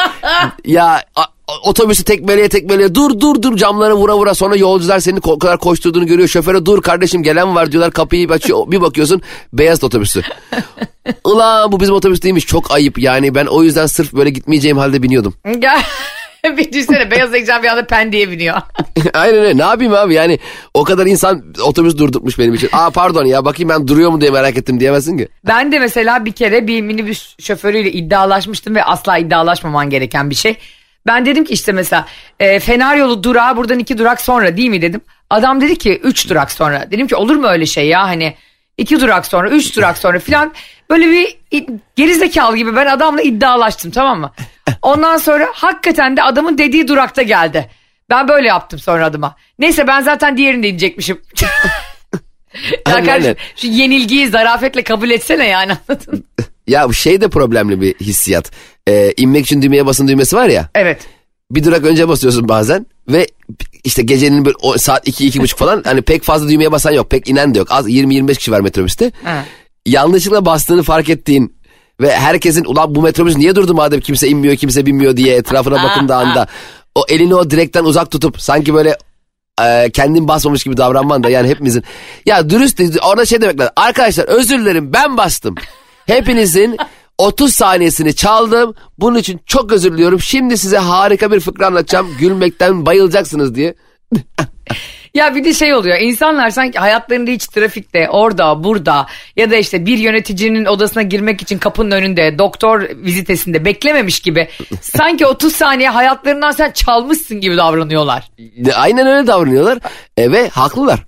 Ya a, otobüsü tekmeleye tekmeleye dur dur dur camlara vura vura, sonra yolcular senin o kadar koşturduğunu görüyor. Şoföre dur kardeşim gelen var diyorlar, kapıyı açıyor, bir bakıyorsun beyaz otobüsü. Ulan bu bizim otobüs değilmiş, çok ayıp yani, ben o yüzden sırf böyle gitmeyeceğim halde biniyordum. Gel. Bir düşünsene, beyaz ekran bir anda Pendik'e biniyor. Aynen öyle, ne yapayım abi yani, o kadar insan otobüs durdurmuş benim için. Aa pardon ya, bakayım ben duruyor mu diye merak ettim diyemezsin ki. Ben de mesela bir kere bir minibüs şoförüyle iddialaşmıştım ve asla iddialaşmaman gereken bir şey. Ben dedim ki işte mesela e, Fener Yolu durağı buradan iki durak sonra değil mi dedim. Adam dedi ki üç durak sonra. Dedim ki olur mu öyle şey ya, hani iki durak sonra, üç durak sonra filan böyle bir gerizekalı gibi ben adamla iddialaştım, tamam mı? Ondan sonra hakikaten de adamın dediği durakta geldi. Ben böyle yaptım sonra adıma. Neyse ben zaten diğerinde inecekmişim. Ya kardeşim şu yenilgiyi zarafetle kabul etsene yani, anladın mı? Ya bu şey de problemli bir hissiyat. Ee, inmek için düğmeye basın düğmesi var ya. Evet. Bir durak önce basıyorsun bazen ve işte gecenin böyle o saat iki iki buçuk falan hani pek fazla düğmeye basan yok, pek inen de yok. Az yirmi yirmi beş kişi var metrobüste. Ha. Yanlışlıkla bastığını fark ettiğin ve herkesin ulan bu metrobüs niye durdu madem kimse inmiyor kimse binmiyor diye etrafına bakındığı anda o elini o direkten uzak tutup sanki böyle e, kendin basmamış gibi davranman da yani hepimizin. Ya dürüst orada şey demek lazım. Arkadaşlar özür dilerim ben bastım. Hepinizin otuz saniyesini çaldım. Bunun için çok özür diliyorum. Şimdi size harika bir fıkra anlatacağım. Gülmekten bayılacaksınız diye. Ya bir de şey oluyor. İnsanlar sanki hayatlarında hiç trafikte, orada, burada ya da işte bir yöneticinin odasına girmek için kapının önünde, doktor vizitesinde beklememiş gibi. Sanki otuz saniye hayatlarından sen çalmışsın gibi davranıyorlar. Aynen öyle davranıyorlar. E, ve haklılar.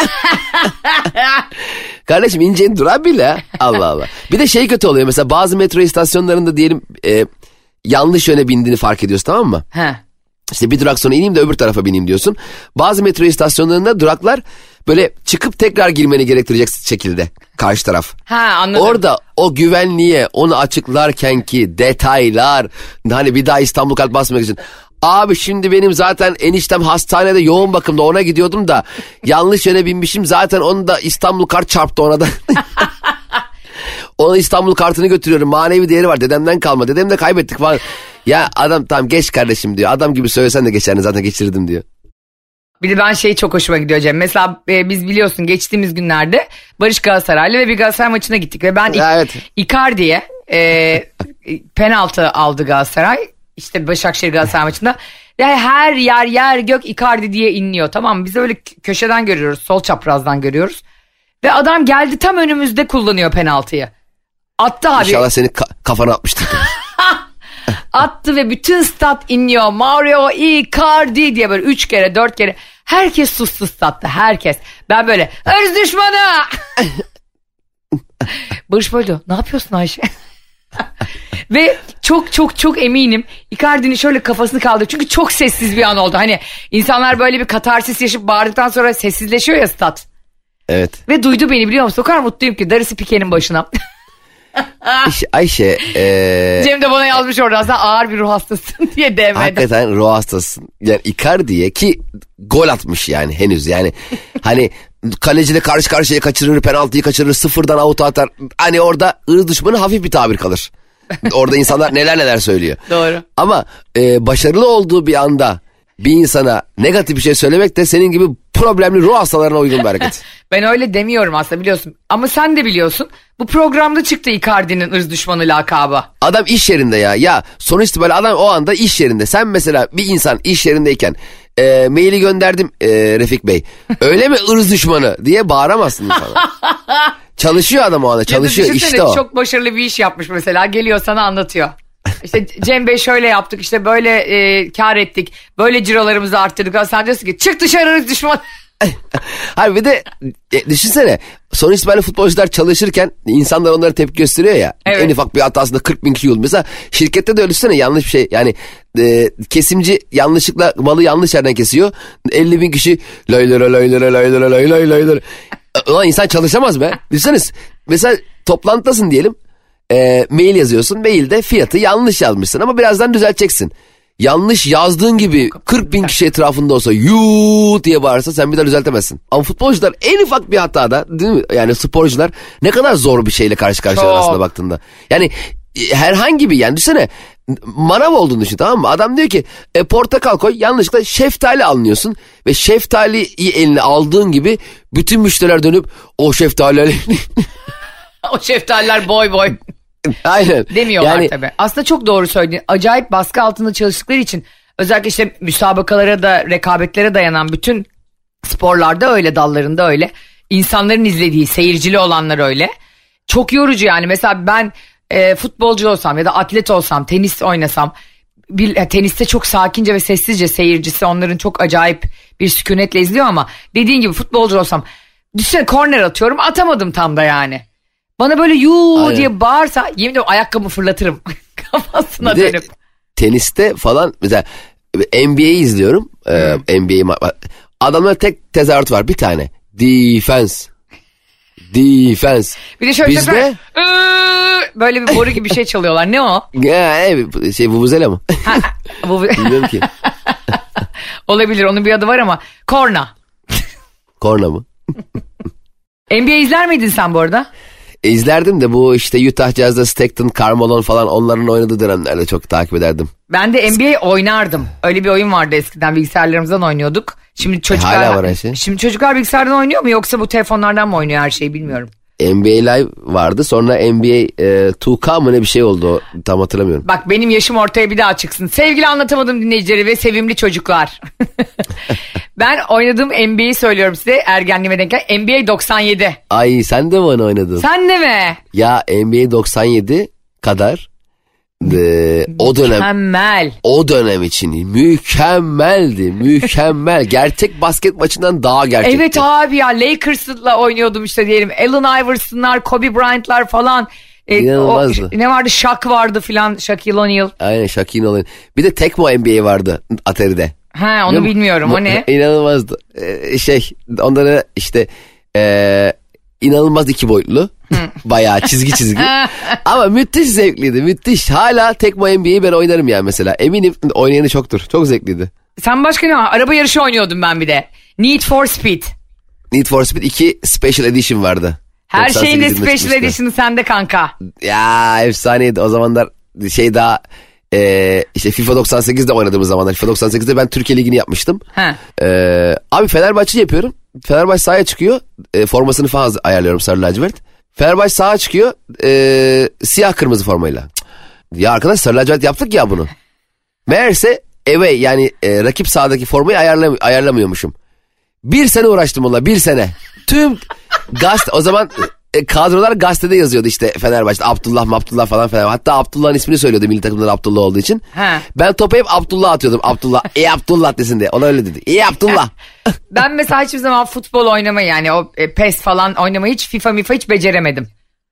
Kardeşim ineceğin durağı bile. Allah Allah. Bir de şey kötü oluyor. Mesela bazı metro istasyonlarında diyelim e, yanlış yöne bindiğini fark ediyorsun, tamam mı? He. İşte bir durak sonra ineyim de öbür tarafa bineyim diyorsun. Bazı metro istasyonlarında duraklar böyle çıkıp tekrar girmeni gerektirecek şekilde karşı taraf. Ha, anladım. Orada o güvenliğe onu açıklarken ki detaylar hani bir daha İstanbul kart basmak için. Abi şimdi benim zaten eniştem hastanede yoğun bakımda ona gidiyordum da yanlış yöne binmişim zaten onu da İstanbul kart çarptı ona da. Ona İstanbul kartını götürüyorum manevi değeri var dedemden kalma dedem de kaybettik falan. Ya adam tamam geç kardeşim diyor. Adam gibi söylesen de geçerini zaten geçirdim diyor. Bir de ben şey çok hoşuma gidiyor Cem. Mesela e, biz biliyorsun geçtiğimiz günlerde Barış Galatasaraylı ve bir Galatasaray maçına gittik. Ve ben ya, evet. Icardi'ye e, penaltı aldı Galatasaray. İşte Başakşehir Galatasaray maçında. Yani her yer yer gök Icardi diye inliyor, tamam mı? Biz öyle köşeden görüyoruz, sol çaprazdan görüyoruz. Ve adam geldi tam önümüzde kullanıyor penaltıyı. Attı abi. İnşallah seni ka- kafana atmıştır. Attı ve bütün stat inliyor. Mario Icardi diye böyle üç kere dört kere. Herkes sustu statta, herkes. Ben böyle ırz düşmanı. Barış böyle ne yapıyorsun Ayşe? Ve çok çok çok eminim Icardi'nin şöyle kafasını kaldırdı. Çünkü çok sessiz bir an oldu. Hani insanlar böyle bir katarsis yaşayıp bağırdıktan sonra sessizleşiyor ya stat. Evet. Ve duydu beni, biliyor musun? O kadar mutluyum ki darısı Pike'nin başına. Ayşe, Ayşe ee... Cem de bana yazmış oradan sen ağır bir ruh hastasın diye demedi. Hakikaten ruh hastasın. Yani Icardi'ye ki gol atmış yani henüz yani. Hani kaleciyle karşı karşıya kaçırır, penaltıyı kaçırır, sıfırdan avuta atar. Hani orada ırz düşmanı hafif bir tabir kalır. Orada insanlar neler neler söylüyor. Doğru. Ama e, başarılı olduğu bir anda bir insana negatif bir şey söylemek de senin gibi problemli ruh hastalarına uygun bir hareket. Ben öyle demiyorum aslında, biliyorsun. Ama sen de biliyorsun. Bu programda çıktı Icardi'nin ırz düşmanı lakabı. Adam iş yerinde ya. Ya sonuçta böyle adam o anda iş yerinde. Sen mesela bir insan iş yerindeyken e, maili gönderdim e, Refik Bey. Öyle mi ırz düşmanı diye bağıramazsın insana. Çalışıyor adam o anda, çalışıyor işte o. Çok başarılı bir iş yapmış mesela, geliyor sana anlatıyor. İşte Cem Bey şöyle yaptık, işte böyle e, kar ettik, böyle cirolarımızı arttırdık. Sen diyorsun ki çık dışarı düşman. Hayır bir de e, düşünsene sonuç itibariyle futbolcular çalışırken insanlar onlara tepki gösteriyor ya. Evet. En ufak bir hatasında kırk bin kişi yol. Mesela şirkette de öyle düşünsene, yanlış bir şey yani e, kesimci yanlışlıkla malı yanlış yerden kesiyor. elli bin kişi lay lay lay lay lay lay lay lay lay lay. Ulan insan çalışamaz be. Düşünseniz mesela toplantıdasın diyelim. E, mail yazıyorsun, mailde fiyatı yanlış yazmışsın ama birazdan düzelteceksin. Yanlış yazdığın gibi kırk bin kişi etrafında olsa yuu diye bağırsa sen bir daha düzeltemezsin. Ama futbolcular en ufak bir hatada, değil mi? Yani sporcular ne kadar zor bir şeyle karşı karşıya aslında baktığında. Yani herhangi bir, yani düşünsene manav olduğunu düşün, tamam mı? Adam diyor ki e, portakal koy, yanlışlıkla şeftali alınıyorsun ve şeftaliyi eline aldığın gibi bütün müşteriler dönüp o şeftali o şeftaliler boy boy. Aynen. Demiyorlar yani, tabii. Aslında çok doğru söyledin. Acayip baskı altında çalıştıkları için özellikle işte müsabakalara da rekabetlere dayanan bütün sporlarda öyle, dallarında öyle. İnsanların izlediği, seyircili olanlar öyle. Çok yorucu yani. Mesela ben e, futbolcu olsam ya da atlet olsam, tenis oynasam, bir, e, teniste çok sakince ve sessizce seyircisi onların çok acayip bir sükunetle izliyor ama dediğin gibi futbolcu olsam Düşünsene korner atıyorum, atamadım tam da yani. Bana böyle yuu Aynen. diye bağırsa yemin ediyorum ayakkabımı fırlatırım kafasına Bir de dönüp. teniste falan mesela N B A'yi izliyorum. Hmm. Ee, N B A ma- adamlar tek tezahürat var bir tane. Defense. Defense. Bir de şöyle Bizde... şöyle böyle bir boru gibi bir şey çalıyorlar. Ne o? Ya, evet, şey vuvuzela mı? Ha, bu... Bilmiyorum ki. Olabilir, onun bir adı var ama. Korna. Korna mı? N B A izler miydin sen bu arada? E, izlerdim de bu işte Utah Jazz'da Stockton, Carmelo falan onların oynadığı dönemlerde çok takip ederdim. Ben de N B A oynardım. Öyle bir oyun vardı eskiden, bilgisayarlarımızdan oynuyorduk. Şimdi çocuklar, e, hala var her şey. Şimdi çocuklar bilgisayardan oynuyor mu yoksa bu telefonlardan mı oynuyor her şeyi bilmiyorum. N B A Live vardı, sonra N B A e, iki K mı ne bir şey oldu, tam hatırlamıyorum. Bak benim yaşım ortaya bir daha çıksın. Sevgili Anlatamadım dinleyicileri ve sevimli çocuklar. Ben oynadığım N B A'yi söylüyorum size, ergenliğime denk gelen N B A doksan yedi. Ay sen de mi onu oynadın? Sen de mi? Ya N B A doksan yedi kadar e, o dönem Mükemmel. o dönem için mükemmeldi, mükemmel. Gerçek basket maçından daha gerçekti. Evet abi ya, Lakers'la oynuyordum işte diyelim. Allen Iverson'lar, Kobe Bryant'lar falan. E, İnanılmazdı. O, ne vardı? Shaq vardı filan, Shaquille O'Neal. Aynen, Shaquille O'Neal. Bir de Tecmo N B A vardı Atari'de. Ha, onu bilmiyorum. O ne? İnanılmazdı. Ee, şey onları işte e, inanılmaz iki boyutlu. Bayağı çizgi çizgi. Ama müthiş zevkliydi. Müthiş. Hala Tecmo N B A'yi ben oynarım yani mesela. Eminim oynayanı çoktur. Çok zevkliydi. Sen başka ne var? Araba yarışı oynuyordum ben bir de. Need for Speed. Need for Speed iki Special Edition vardı. Her şeyin de doksan sekiz yılında Special çıkmıştı. Edition'ı sende kanka. Ya efsaneydi. O zamanlar şey daha e, işte FIFA doksan sekizde oynadığımız zamanlar. FIFA doksan sekizde ben Türkiye Ligi'ni yapmıştım. E, abi Fenerbahçe yapıyorum. Fenerbahçe sahaya çıkıyor. E, formasını falan ayarlıyorum, sarı lacivert. Fenerbahçe sahaya çıkıyor. E, siyah kırmızı formayla. Cık. Ya arkadaş sarı lacivert yaptık ya bunu. Meğerse away yani e, rakip sahadaki formayı ayarlam- ayarlamıyormuşum. Bir sene uğraştım onunla, bir sene. Tüm gazete o zaman e, kadrolar gazetede yazıyordu işte Fenerbahçe'de Abdullah Abdullah falan falan. Hatta Abdullah'ın ismini söylüyordu milli takımdan Abdullah olduğu için. He. Ben topu hep Abdullah atıyordum. Abdullah, ey Abdullah desin diye. Ona öyle dedi. Ey Abdullah. Ben mesela hiçbir zaman futbol oynamayı, yani o e, PES falan oynamayı, hiç FIFA mifa hiç beceremedim.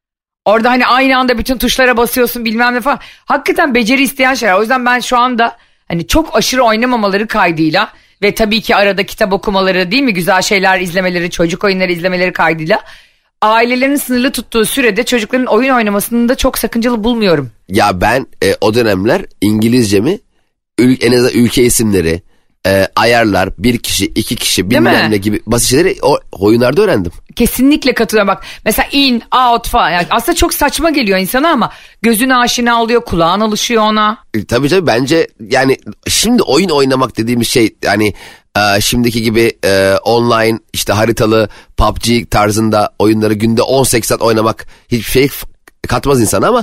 Orada hani aynı anda bütün tuşlara basıyorsun bilmem ne falan. Hakikaten beceri isteyen şeyler. O yüzden ben şu anda hani çok aşırı oynamamaları kaydıyla ve tabii ki arada kitap okumaları, değil mi, güzel şeyler izlemeleri, çocuk oyunları izlemeleri kaydıyla ailelerin sınırlı tuttuğu sürede çocukların oyun oynamasını da çok sakıncalı bulmuyorum. Ya ben e, o dönemler İngilizcemi ül- en azından ülke isimleri, e, ayarlar, bir kişi, iki kişi bilmem ne gibi basit şeyleri o oyunlarda öğrendim. Kesinlikle katılıyorum. Bak mesela in, out falan. Yani aslında çok saçma geliyor insana ama gözün aşina oluyor, kulağın alışıyor ona. E, tabii tabii bence yani şimdi oyun oynamak dediğimiz şey yani e, şimdiki gibi e, online işte haritalı P U B G tarzında oyunları günde on sekiz saat oynamak hiçbir şey katmaz insana ama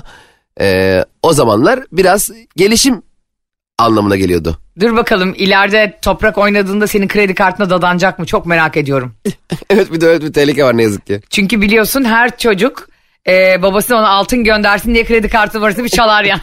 e, o zamanlar biraz gelişim anlamına geliyordu. Dur bakalım ileride toprak oynadığında senin kredi kartına dadanacak mı? Çok merak ediyorum. Evet, bir de öyle bir tehlike var ne yazık ki. Çünkü biliyorsun her çocuk e, babası ona altın göndersin diye kredi kartı numarasını bir çalar ya.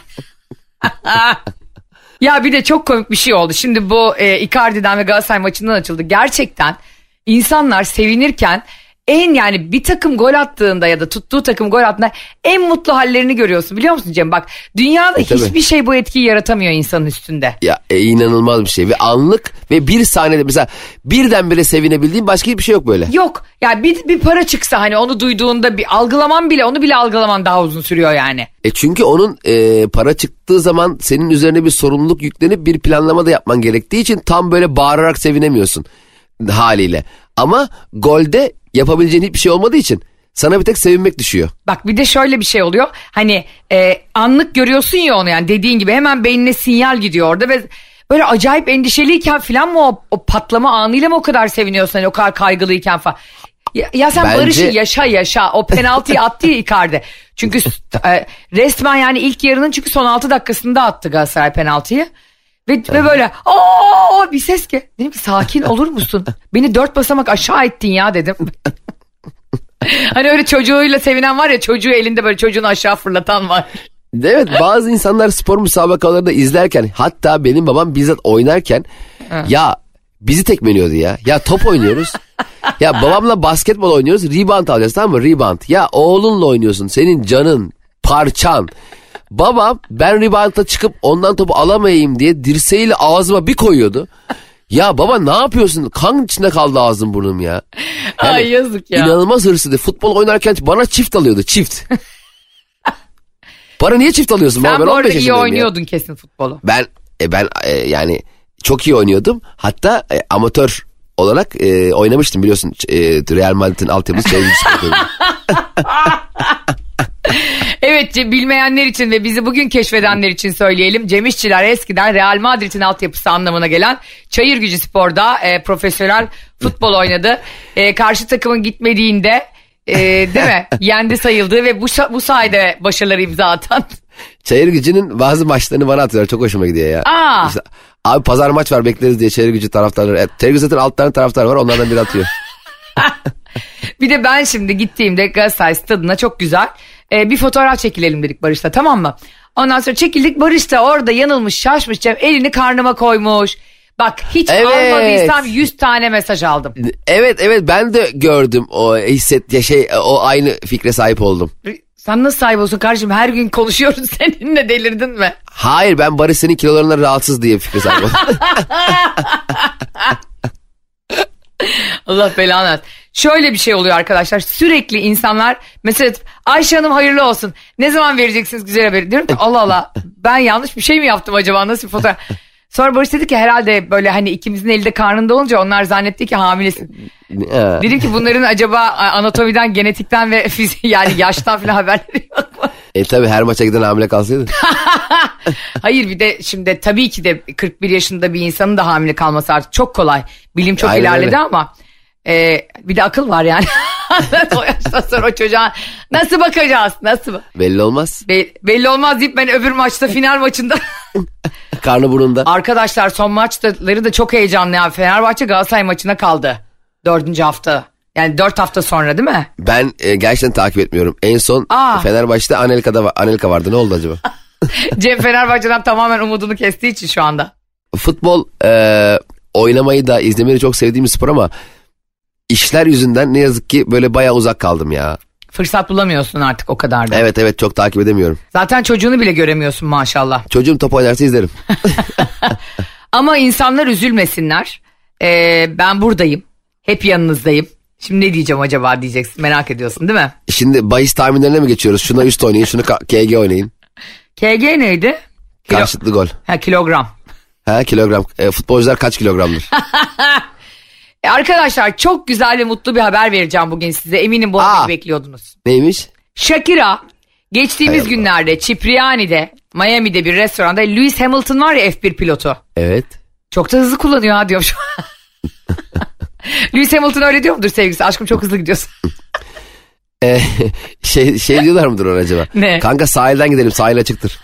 Ya bir de çok komik bir şey oldu. Şimdi bu e, Icardi'den ve Galatasaray maçından açıldı. Gerçekten insanlar sevinirken en, yani bir takım gol attığında ya da tuttuğu takım gol attığında en mutlu hallerini görüyorsun, biliyor musun Cem? Bak dünyada E, hiçbir şey bu etkiyi yaratamıyor insanın üstünde. Ya e, inanılmaz bir şey ve anlık ve bir saniyede mesela birdenbire sevinebildiğin başka hiçbir şey yok böyle. Yok yani bir, bir para çıksa hani onu duyduğunda bir algılaman bile, onu bile algılaman daha uzun sürüyor yani. E çünkü onun e, para çıktığı zaman senin üzerine bir sorumluluk yüklenip bir planlama da yapman gerektiği için tam böyle bağırarak sevinemiyorsun haliyle. Ama golde yapabileceğin hiçbir şey olmadığı için sana bir tek sevinmek düşüyor. Bak bir de şöyle bir şey oluyor. Hani e, anlık görüyorsun ya onu, yani dediğin gibi hemen beynine sinyal gidiyor orada ve böyle acayip endişeliyken falan mı o, o patlama anıyla mı o kadar seviniyorsun, hani o kadar kaygılıyken falan. Ya, ya sen Bence... Barış'ı yaşa yaşa, o penaltıyı attı ya Icardi. Çünkü e, resmen yani ilk yarının çünkü son altı dakikasında attı Galatasaray penaltıyı. Ve, ve böyle aa bir ses ki, dedim ki sakin olur musun? Beni dört basamak aşağı ettin ya dedim. Hani öyle çocuğuyla sevinen var ya, çocuğu elinde böyle çocuğunu aşağı fırlatan var. Evet, bazı insanlar spor müsabakalarını izlerken, hatta benim babam bizzat oynarken ya bizi tekmeliyordu ya. Ya top oynuyoruz. Ya babamla basketbol oynuyoruz. Rebound alacağız, tamam mı? Rebound. Ya oğlunla oynuyorsun. Senin canın, parçan. Babam ben rebound'a çıkıp ondan topu alamayayım diye dirseğiyle ağzıma bir koyuyordu. Ya baba ne yapıyorsun? Kan içinde kaldı ağzım burnum ya. Yani Ay yazık ya. İnanılmaz hırsızdı. Futbol oynarken bana çift alıyordu. Çift. Bana niye çift alıyorsun? Sen baba, bu arada iyi yaşındayım oynuyordun ya. kesin futbolu. Ben e, ben e, yani çok iyi oynuyordum. Hatta e, amatör olarak e, oynamıştım biliyorsun. E, Real Madrid'in altyapısı çevirici sportuydu. Evet, bilmeyenler için ve bizi bugün keşfedenler için söyleyelim. Cem İşçiler eskiden Real Madrid'in altyapısı anlamına gelen Çayırgücü Spor'da e, profesyonel futbol oynadı. E, karşı takımın gitmediğinde e, değil mi? Yendi sayıldığı ve bu, bu sayede başarıları imza atan. Çayırgücü'nün bazı maçlarını bana atıyorlar. Çok hoşuma gidiyor ya. Aa. İşte, abi pazar maç var bekleriz diye Çayırgücü taraftarları. E, Çayırgücü zaten alt tane taraftar var, onlardan biri atıyor. Bir de ben şimdi gittiğimde Galatasaray stadına çok güzel e, bir fotoğraf çekilelim dedik Barış'la, tamam mı? Ondan sonra çekildik, Barış da orada yanılmış şaşmış Cem, elini karnıma koymuş. Bak hiç Evet. almadıysam yüz tane mesaj aldım. Evet evet ben de gördüm o hisset ya şey o aynı fikre sahip oldum. Sen nasıl sahip olsun kardeşim, her gün konuşuyoruz seninle, delirdin mi? Hayır, ben Barış senin kilolarından rahatsız diye fikre sahip oldum. Allah belanı versin. Şöyle bir şey oluyor arkadaşlar, sürekli insanlar mesela Ayşe Hanım hayırlı olsun, ne zaman vereceksiniz güzel haberi, diyorum ki Allah Allah ben yanlış bir şey mi yaptım acaba, nasıl bir fotoğraf. Sonra Barış dedi ki herhalde böyle hani ikimizin elde karnında olunca onlar zannetti ki hamilesin. Dedim ki bunların acaba anatomiden, genetikten ve fizik yani yaştan falan haberleri yok mu? E tabi her maça giden hamile kalsaydı. Hayır, bir de şimdi tabii ki de kırk bir yaşında bir insanın da hamile kalması artık çok kolay. Bilim çok Aynen ilerledi öyle. ama e, bir de akıl var yani. O yaştan sonra o çocuğa nasıl bakacağız? Nasıl? Belli olmaz. Be- belli olmaz deyip ben öbür maçta, final maçında. Karnı burnunda. Arkadaşlar son maçları da çok heyecanlı ya. Fenerbahçe Galatasaray maçına kaldı. Dördüncü hafta. Yani dört hafta sonra değil mi? Ben e, gerçekten takip etmiyorum. En son Aa. Fenerbahçe'de Anelka'da var, Anelka vardı. Ne oldu acaba? Cem Fenerbahçe'den tamamen umudunu kestiği için şu anda. Futbol e, oynamayı da izlemeyi çok sevdiğim bir spor ama işler yüzünden ne yazık ki böyle bayağı uzak kaldım ya. Fırsat bulamıyorsun artık o kadar da. Evet evet çok takip edemiyorum. Zaten çocuğunu bile göremiyorsun maşallah. Çocuğum top oynarsa izlerim. Ama insanlar üzülmesinler. Ee, ben buradayım. Hep yanınızdayım. Şimdi ne diyeceğim acaba diyeceksin. Merak ediyorsun değil mi? Şimdi bahis tahminlerine mi geçiyoruz? Şuna üst oynayın, şunu K G oynayın. K G neydi? Kilo... Karşılıklı gol. Ha, kilogram. Ha kilogram. E, futbolcular kaç kilogramdır? e, arkadaşlar çok güzel ve mutlu bir haber vereceğim bugün size. Eminim bu haberi bekliyordunuz. Neymiş? Shakira geçtiğimiz günlerde Cipriani'de, Miami'de bir restoranda, Lewis Hamilton var ya F bir pilotu. Evet. Çok da hızlı kullanıyor ha diyorum şu an. Lewis Hamilton öyle diyor mudur sevgilisi? Aşkım çok hızlı gidiyorsun. Ee, şey, şey diyorlar mıdır ona acaba? Ne? Kanka sahilden gidelim, sahil açıktır.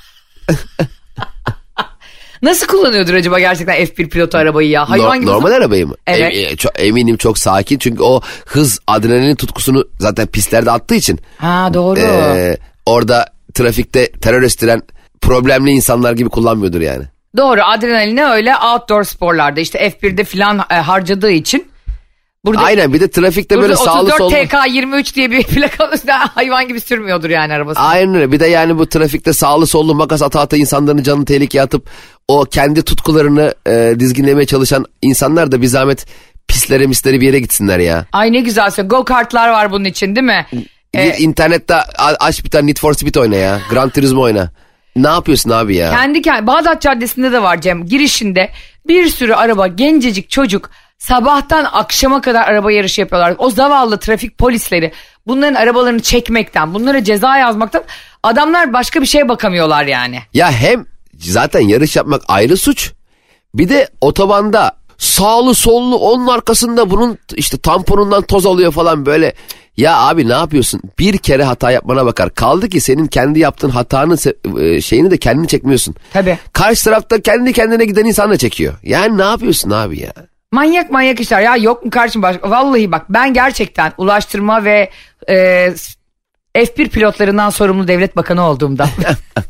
Nasıl kullanıyordur acaba gerçekten F bir pilotu arabayı ya? Hayvan No, gibi. normal arabayı mı? Evet. E, e, çok, eminim çok sakin çünkü o hız adrenalin tutkusunu zaten pistlerde attığı için. Ha doğru. E, orada trafikte terör estiren problemli insanlar gibi kullanmıyordur yani. Doğru, adrenalini öyle outdoor sporlarda işte F birde falan e, harcadığı için. Burada, Aynen, bir de trafikte böyle sağlı sollu. otuz dört T K yirmi üç diye bir plakanın üstüne hayvan gibi sürmüyordur yani arabasını. Aynen öyle. Bir de yani bu trafikte sağlı sollu makas ata ata insanların canını tehlikeye atıp o kendi tutkularını e, dizginlemeye çalışan insanlar da bir zahmet pislere misleri bir yere gitsinler ya. Ay ne güzelse go kartlar var bunun için değil mi? Gir Ee, internette aç bir tane Need for Speed oyna ya. Gran Turismo oyna. Ne yapıyorsun abi ya? Kendi kendi Bağdat Caddesi'nde de var Cem. Girişinde bir sürü araba, gencecik çocuk sabahtan akşama kadar araba yarışı yapıyorlar. O zavallı trafik polisleri bunların arabalarını çekmekten, bunlara ceza yazmaktan adamlar başka bir şeye bakamıyorlar yani. Ya hem zaten yarış yapmak ayrı suç. Bir de otobanda sağlı sollu onun arkasında bunun işte tamponundan toz alıyor falan böyle. Ya abi ne yapıyorsun? Bir kere hata yapmana bakar. Kaldı ki senin kendi yaptığın hatanın şeyini de kendini çekmiyorsun. Tabii. Karşı tarafta kendi kendine giden insan da çekiyor. Yani ne yapıyorsun abi ya? Manyak manyak işler ya, yok mu kardeşim başka? Vallahi bak, ben gerçekten ulaştırma ve e, F bir pilotlarından sorumlu devlet bakanı olduğumda.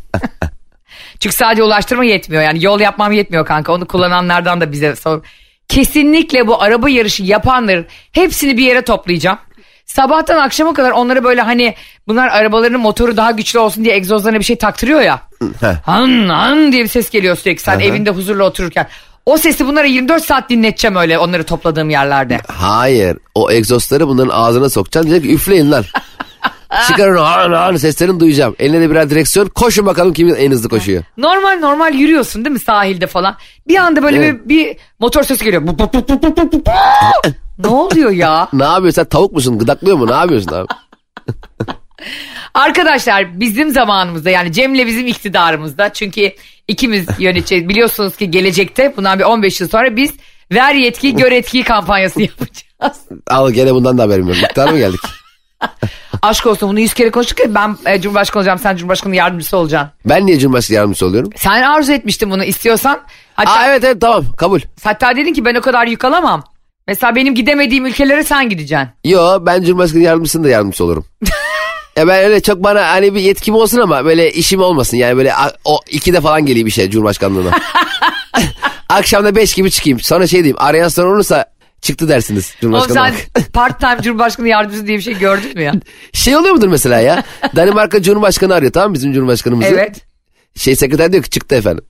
Çünkü sadece ulaştırma yetmiyor yani, yol yapmam yetmiyor kanka, onu kullananlardan da bize sor. kesinlikle bu araba yarışı yapanların hepsini bir yere toplayacağım. Sabahtan akşama kadar onları böyle hani bunlar arabalarının motoru daha güçlü olsun diye egzozlarına bir şey taktırıyor ya. Han han diye bir ses geliyor sürekli sen evinde huzurla otururken. O sesi bunlara yirmi dört saat dinleteceğim öyle onları topladığım yerlerde. Hayır, o egzozları bunların ağzına sokacaksın, diyecek ki üfleyin lan. Çıkarın han han seslerini duyacağım. Eline de birer direksiyon, koşun bakalım kim en hızlı koşuyor. Normal normal yürüyorsun değil mi sahilde falan. Bir anda böyle Evet. bir, bir motor sesi geliyor. Ne oluyor ya? Ne yapıyorsun sen, tavuk musun, gıdaklıyor mu, ne yapıyorsun abi? Arkadaşlar bizim zamanımızda yani Cem'le bizim iktidarımızda çünkü ikimiz yöneteceğiz. Biliyorsunuz ki gelecekte bundan bir on beş yıl sonra biz ver yetki gör etki kampanyası yapacağız. Al gene bundan da haberim yok. İktidara mı geldik? Aşk olsun bunu yüz kere konuştuk ya ben e, Cumhurbaşkanı olacağım sen Cumhurbaşkanı yardımcısı olacaksın. Ben niye Cumhurbaşkanı yardımcısı oluyorum? Sen arzu etmiştin bunu istiyorsan. Hatta, Aa evet evet tamam kabul. hatta dedin ki ben o kadar yük alamam. Mesela benim gidemediğim ülkelere sen gideceksin. Yo ben Cumhurbaşkanı yardımcısının da yardımcısı olurum. Ya ben öyle çok bana hani bir yetkim olsun ama böyle işim olmasın. Yani böyle a- o ikide falan geleyim bir şey Cumhurbaşkanlığına. Akşamda beş gibi çıkayım. Sonra şey diyeyim, arayan sonra olursa çıktı dersiniz Oğlum Cumhurbaşkanı. sen part time Cumhurbaşkanı yardımcısı diye bir şey gördün mü ya? Şey oluyor mudur mesela ya? Danimarka Cumhurbaşkanı arıyor, tamam mı, bizim Cumhurbaşkanımızı? Evet. Şey sekreter diyor ki çıktı efendim.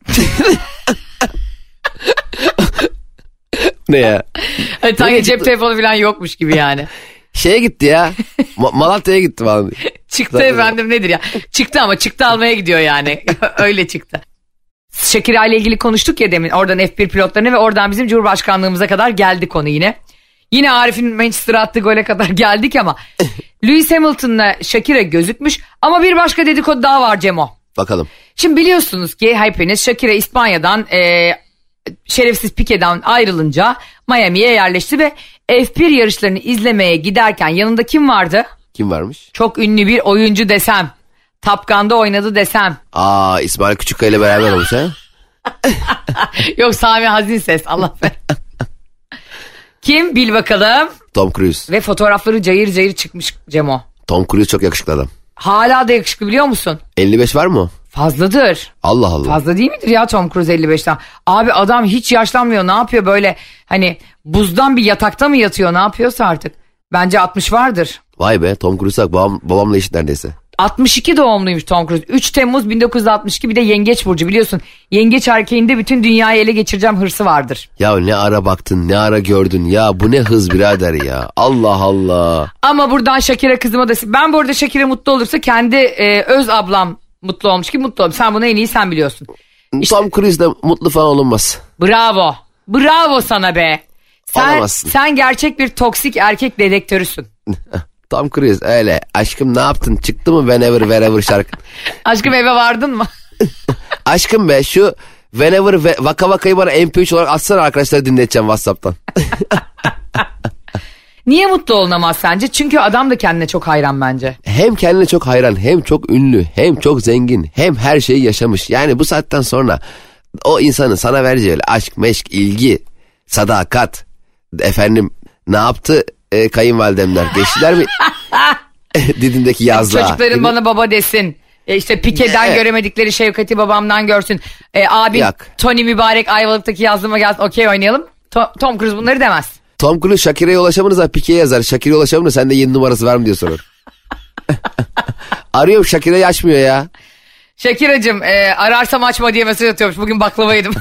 Ne ya? Hani sanki cep telefonu falan yokmuş gibi yani. Şeye gitti ya. Ma- Malatya'ya gitti falan. Çıktı Zaten- efendim nedir ya? Çıktı ama çıktı almaya gidiyor yani. Öyle çıktı. Shakira ile ilgili konuştuk ya demin. Oradan F bir pilotlarına ve oradan bizim Cumhurbaşkanlığımıza kadar geldi konu yine. Yine Arif'in Manchester'a attığı gole kadar geldik ama Lewis Hamilton'la Shakira gözükmüş ama bir başka dedikodu daha var Cemo. Bakalım. Şimdi biliyorsunuz ki hepiniz Shakira İspanya'dan e, şerefsiz Pique'den ayrılınca Miami'ye yerleşti ve F bir yarışlarını izlemeye giderken yanında kim vardı? Kim varmış? Çok ünlü bir oyuncu desem. Top Gun'da oynadı desem. Aa İsmail Küçükkaya ile beraber olmuş ha? Yok Sami Hazinses Allah be. Kim bil bakalım. Tom Cruise. Ve fotoğrafları cayır cayır çıkmış Cemo. Tom Cruise çok yakışıklı adam. Hala da yakışıklı biliyor musun? elli beş var mı o? Fazladır. Allah Allah. Fazla değil midir ya Tom Cruise elli beşten? Abi adam hiç yaşlanmıyor, ne yapıyor böyle hani buzdan bir yatakta mı yatıyor, ne yapıyorsa artık. Bence altmış vardır. Vay be, Tom Cruise bak babam, babamla eşit neredeyse. altmış iki doğumluymuş Tom Cruise. üç Temmuz bin dokuz yüz altmış iki, bir de Yengeç burcu biliyorsun. Yengeç erkeğinde bütün dünyayı ele geçireceğim hırsı vardır. Ya ne ara baktın, ne ara gördün ya, bu ne hız birader ya. Allah Allah. Ama buradan Shakira kızıma da, ben bu arada Shakira mutlu olursa kendi e, öz ablam mutlu olmuş ki mutlu olmuş. Sen bunu en iyi sen biliyorsun. İşte, Tom Cruise'de mutlu falan olunmaz. bravo. Bravo sana be. Sen, Olamazsın. sen gerçek bir toksik erkek dedektörüsün. Tom Cruise öyle. Aşkım ne yaptın? Çıktı mı Whenever Wherever şarkı? Aşkım eve vardın mı? Aşkım be, şu Whenever ve Vaka Vaka'yı bana M P üç olarak atsana, arkadaşlara dinleteceğim WhatsApp'tan. Niye mutlu olunamaz sence? Çünkü adam da kendine çok hayran bence. Hem kendine çok hayran, hem çok ünlü, hem çok zengin, hem her şeyi yaşamış. Yani bu saatten sonra o insanın sana vereceği öyle aşk, meşk, ilgi, sadakat, efendim ne yaptı e, kayınvalidemler? Geçtiler mi Didim'deki yazlığa? Çocukların Dedim, bana baba desin. E işte Pike'den Ne? göremedikleri şefkati babamdan görsün. E, abin Yok. Tony Mübarek Ayvalık'taki yazlıma gelsin, okey oynayalım. To- Tom Cruise bunları demez. Tom Cruise Shakira'ya ulaşamadığınızda Pike'ye yazar. Shakira'ya ulaşamadığında sen de yeni numarası var mı diye sorar. Arıyorum, Shakira'yı açmıyor ya. Shakira'cığım e, ararsam açma diye mesaj atıyormuş. Bugün baklava yedim.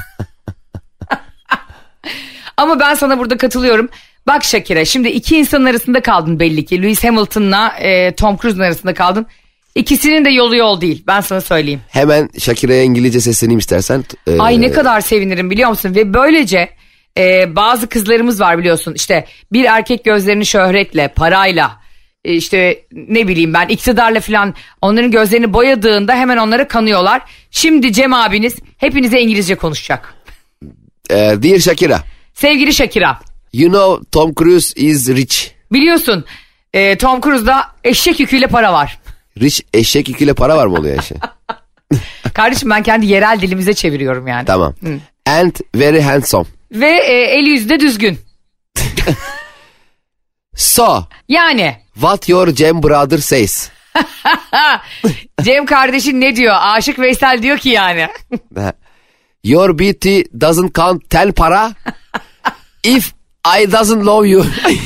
Ama ben sana burada katılıyorum. Bak Shakira, şimdi iki insanın arasında kaldın belli ki. Lewis Hamilton'la e, Tom Cruise'un arasında kaldın. İkisinin de yolu yol değil. Ben sana söyleyeyim. Hemen Shakira'ya İngilizce sesleneyim istersen. Ee, Ay ne kadar sevinirim biliyor musun? Ve böylece e, bazı kızlarımız var biliyorsun. İşte bir erkek gözlerini şöhretle, parayla, e, işte ne bileyim ben iktidarla falan onların gözlerini boyadığında hemen onlara kanıyorlar. Şimdi Cem abiniz hepinize İngilizce konuşacak. e, Dear Shakira, Sevgili Shakira, you know Tom Cruise is rich. biliyorsun e, Tom Cruise'da eşek yüküyle para var. Rich eşek yüküyle para var mı oluyor işe? Kardeşim ben kendi yerel dilimize çeviriyorum yani. Tamam. And very handsome. Ve e, eli yüzü de düzgün. So, Yani what your Cem brother says. Cem kardeşin ne diyor? Aşık Veysel diyor ki yani. Your beauty doesn't count ten para. If I doesn't love you.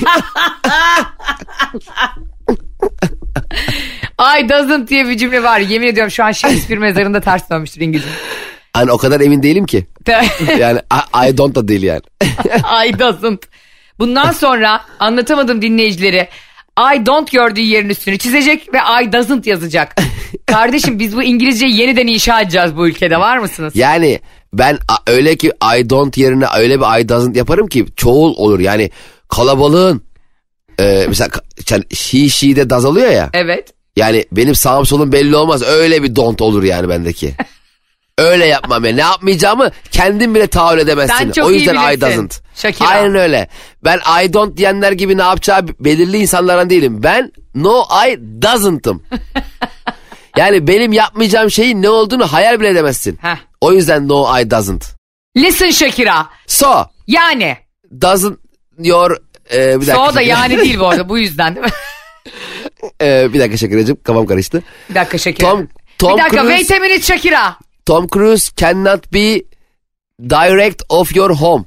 I doesn't diye bir cümle var. Yemin ediyorum şu an Shakespeare mezarında ters dönmüştür İngilizce. Hani o kadar emin değilim ki. Yani I, I don't da değil yani. I doesn't. Bundan sonra anlatamadım dinleyicileri. I don't gördüğü yerin üstünü çizecek ve I doesn't yazacak. Kardeşim biz bu İngilizceyi yeniden inşa edeceğiz bu ülkede, var mısınız? Yani ben öyle ki I don't yerine öyle bir I doesn't yaparım ki çoğul olur. Yani kalabalığın e, mesela she she'de does alıyor ya. Evet. Yani benim sağım solum belli olmaz. Öyle bir don't olur yani bendeki. Öyle yapmam ya. Ne yapmayacağımı kendin bile tahayyül edemezsin. Sen çok o yüzden iyi I doesn't. Shakira. Aynen öyle. Ben I don't diyenler gibi ne yapacağı belirli insanlardan değilim. Ben no I doesn'tım. Yani benim yapmayacağım şeyin ne olduğunu hayal bile edemezsin. Heh. O yüzden no I doesn't. Listen Shakira. So. Yani. Doesn't your... E, bir dakika. So da yani değil bu arada, bu yüzden değil mi? e, bir dakika Shakira'cığım, kafam karıştı. Bir dakika Shakira. Tom, Tom bir dakika Cruise, wait a minute Shakira. Tom Cruise cannot be direct of your home.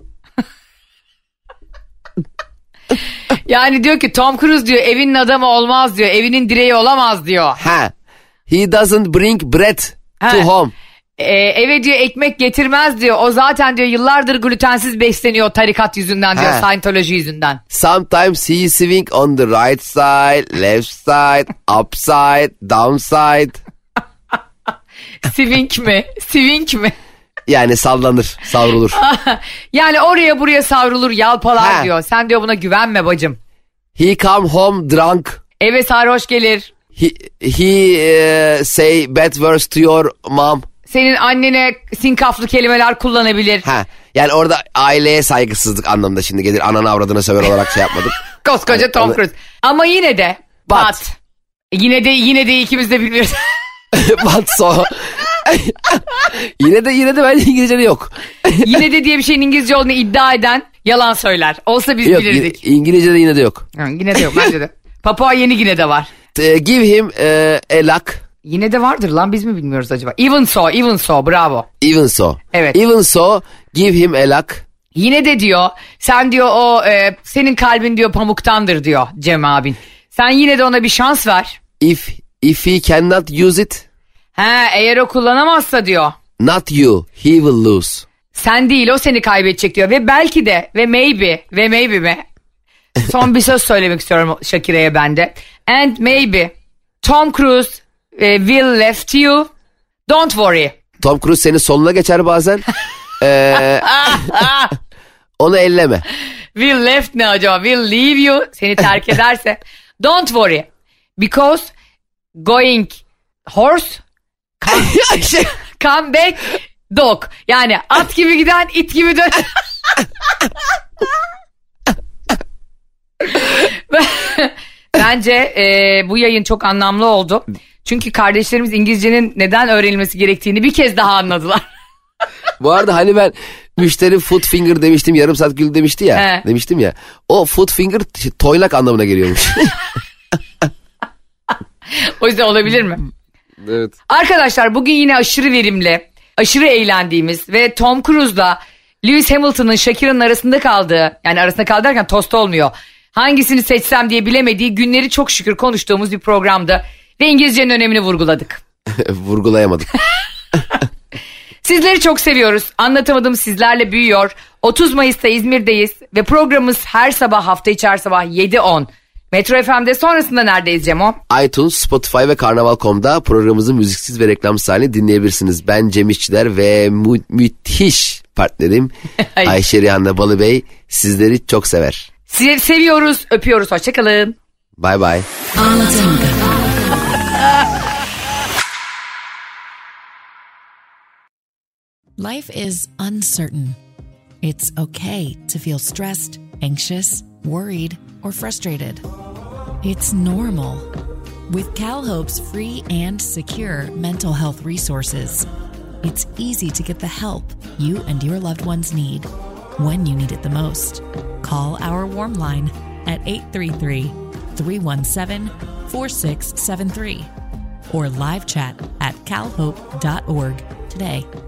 Yani diyor ki Tom Cruise diyor evinin adamı olmaz diyor. Evinin direği olamaz diyor. Ha. He doesn't bring bread ha. to home. Ee, eve diyor ekmek getirmez diyor. O zaten diyor yıllardır glutensiz besleniyor tarikat yüzünden diyor. Ha. Scientology yüzünden. Sometimes he swing on the right side, left side, upside, downside. Swing mi? Swing mi? Yani sallanır, savrulur. Yani oraya buraya savrulur, yalpalar ha. diyor. Sen diyor buna güvenme bacım. He come home drunk. Eve sarhoş gelir. He, he uh, say bad words to your mom. Senin annene sinkaflı kelimeler kullanabilir. Ha. Yani orada aileye saygısızlık anlamında şimdi gelir ananı avradına söver olarak şey yapmadım. Koskoca yani, Tom Cruise. Ama yine de but. but. Yine de yine de ikimiz de bilmiyoruz. But so. yine de yine de bence İngilizce'de yok. Yine de diye bir şeyin İngilizce olduğunu iddia eden yalan söyler. Olsa biz yok, bilirdik. İngilizce'de yine de yok. Ha, yine de yok bence de. Papua Yeni Gine'de var. Uh, give him uh, a luck. Yine de vardır lan, biz mi bilmiyoruz acaba? Even so, even so, bravo. Even so. Evet. Even so, give him a luck. Yine de diyor, sen diyor o e, senin kalbin diyor pamuktandır diyor Cem abin. Sen yine de ona bir şans ver. If if he cannot use it. Ha, eğer o kullanamazsa diyor. Not you, he will lose. Sen değil, o seni kaybedecek diyor. Ve belki de ve maybe ve maybe mi? Son bir söz söylemek istiyorum Shakira'ya ben de. And maybe Tom Cruise uh, will left you. Don't worry. Tom Cruise senin soluna geçer bazen. ee, onu elleme. Will left ne acaba? Will leave you. Seni terk ederse. Don't worry. Because going horse come, come back dog. Yani at gibi giden it gibi dön. Bence e, bu yayın çok anlamlı oldu. Çünkü kardeşlerimiz İngilizcenin neden öğrenilmesi gerektiğini bir kez daha anladılar. Bu arada hani ben müşteri foot finger demiştim, yarım saat gül demişti ya. He. Demiştim ya. O foot finger toylak anlamına geliyormuş. O yüzden olabilir mi? Evet. Arkadaşlar bugün yine aşırı verimli, aşırı eğlendiğimiz ve Tom Cruise'la Lewis Hamilton'ın Shakira'nın arasında kaldığı, yani arasında kaldı derken tost olmuyor. Hangisini seçsem diye bilemediği günleri çok şükür konuştuğumuz bir programdı. Ve İngilizcenin önemini vurguladık. Vurgulayamadım. Sizleri çok seviyoruz. Anlatamadım sizlerle büyüyor. otuz Mayıs'ta İzmir'deyiz ve programımız her sabah, hafta içi her sabah yedi on. Metro F M'de, sonrasında neredeyiz Cemo? iTunes, Spotify ve Karnaval nokta com'da programımızın müziksiz ve reklamsız halini dinleyebilirsiniz. Ben Cem İşçiler ve mü- müthiş partnerim Ayşe Rihanna Balıbey sizleri çok sever. Sizi seviyoruz, öpüyoruz. Hoşçakalın. Bye bye. Life is uncertain. It's okay to feel stressed, anxious, worried, or frustrated. It's normal. With CalHope's free and secure mental health resources, it's easy to get the help you and your loved ones need when you need it the most. Call our warm line at eight three three, three one seven, four six seven three or live chat at cal hope dot org today.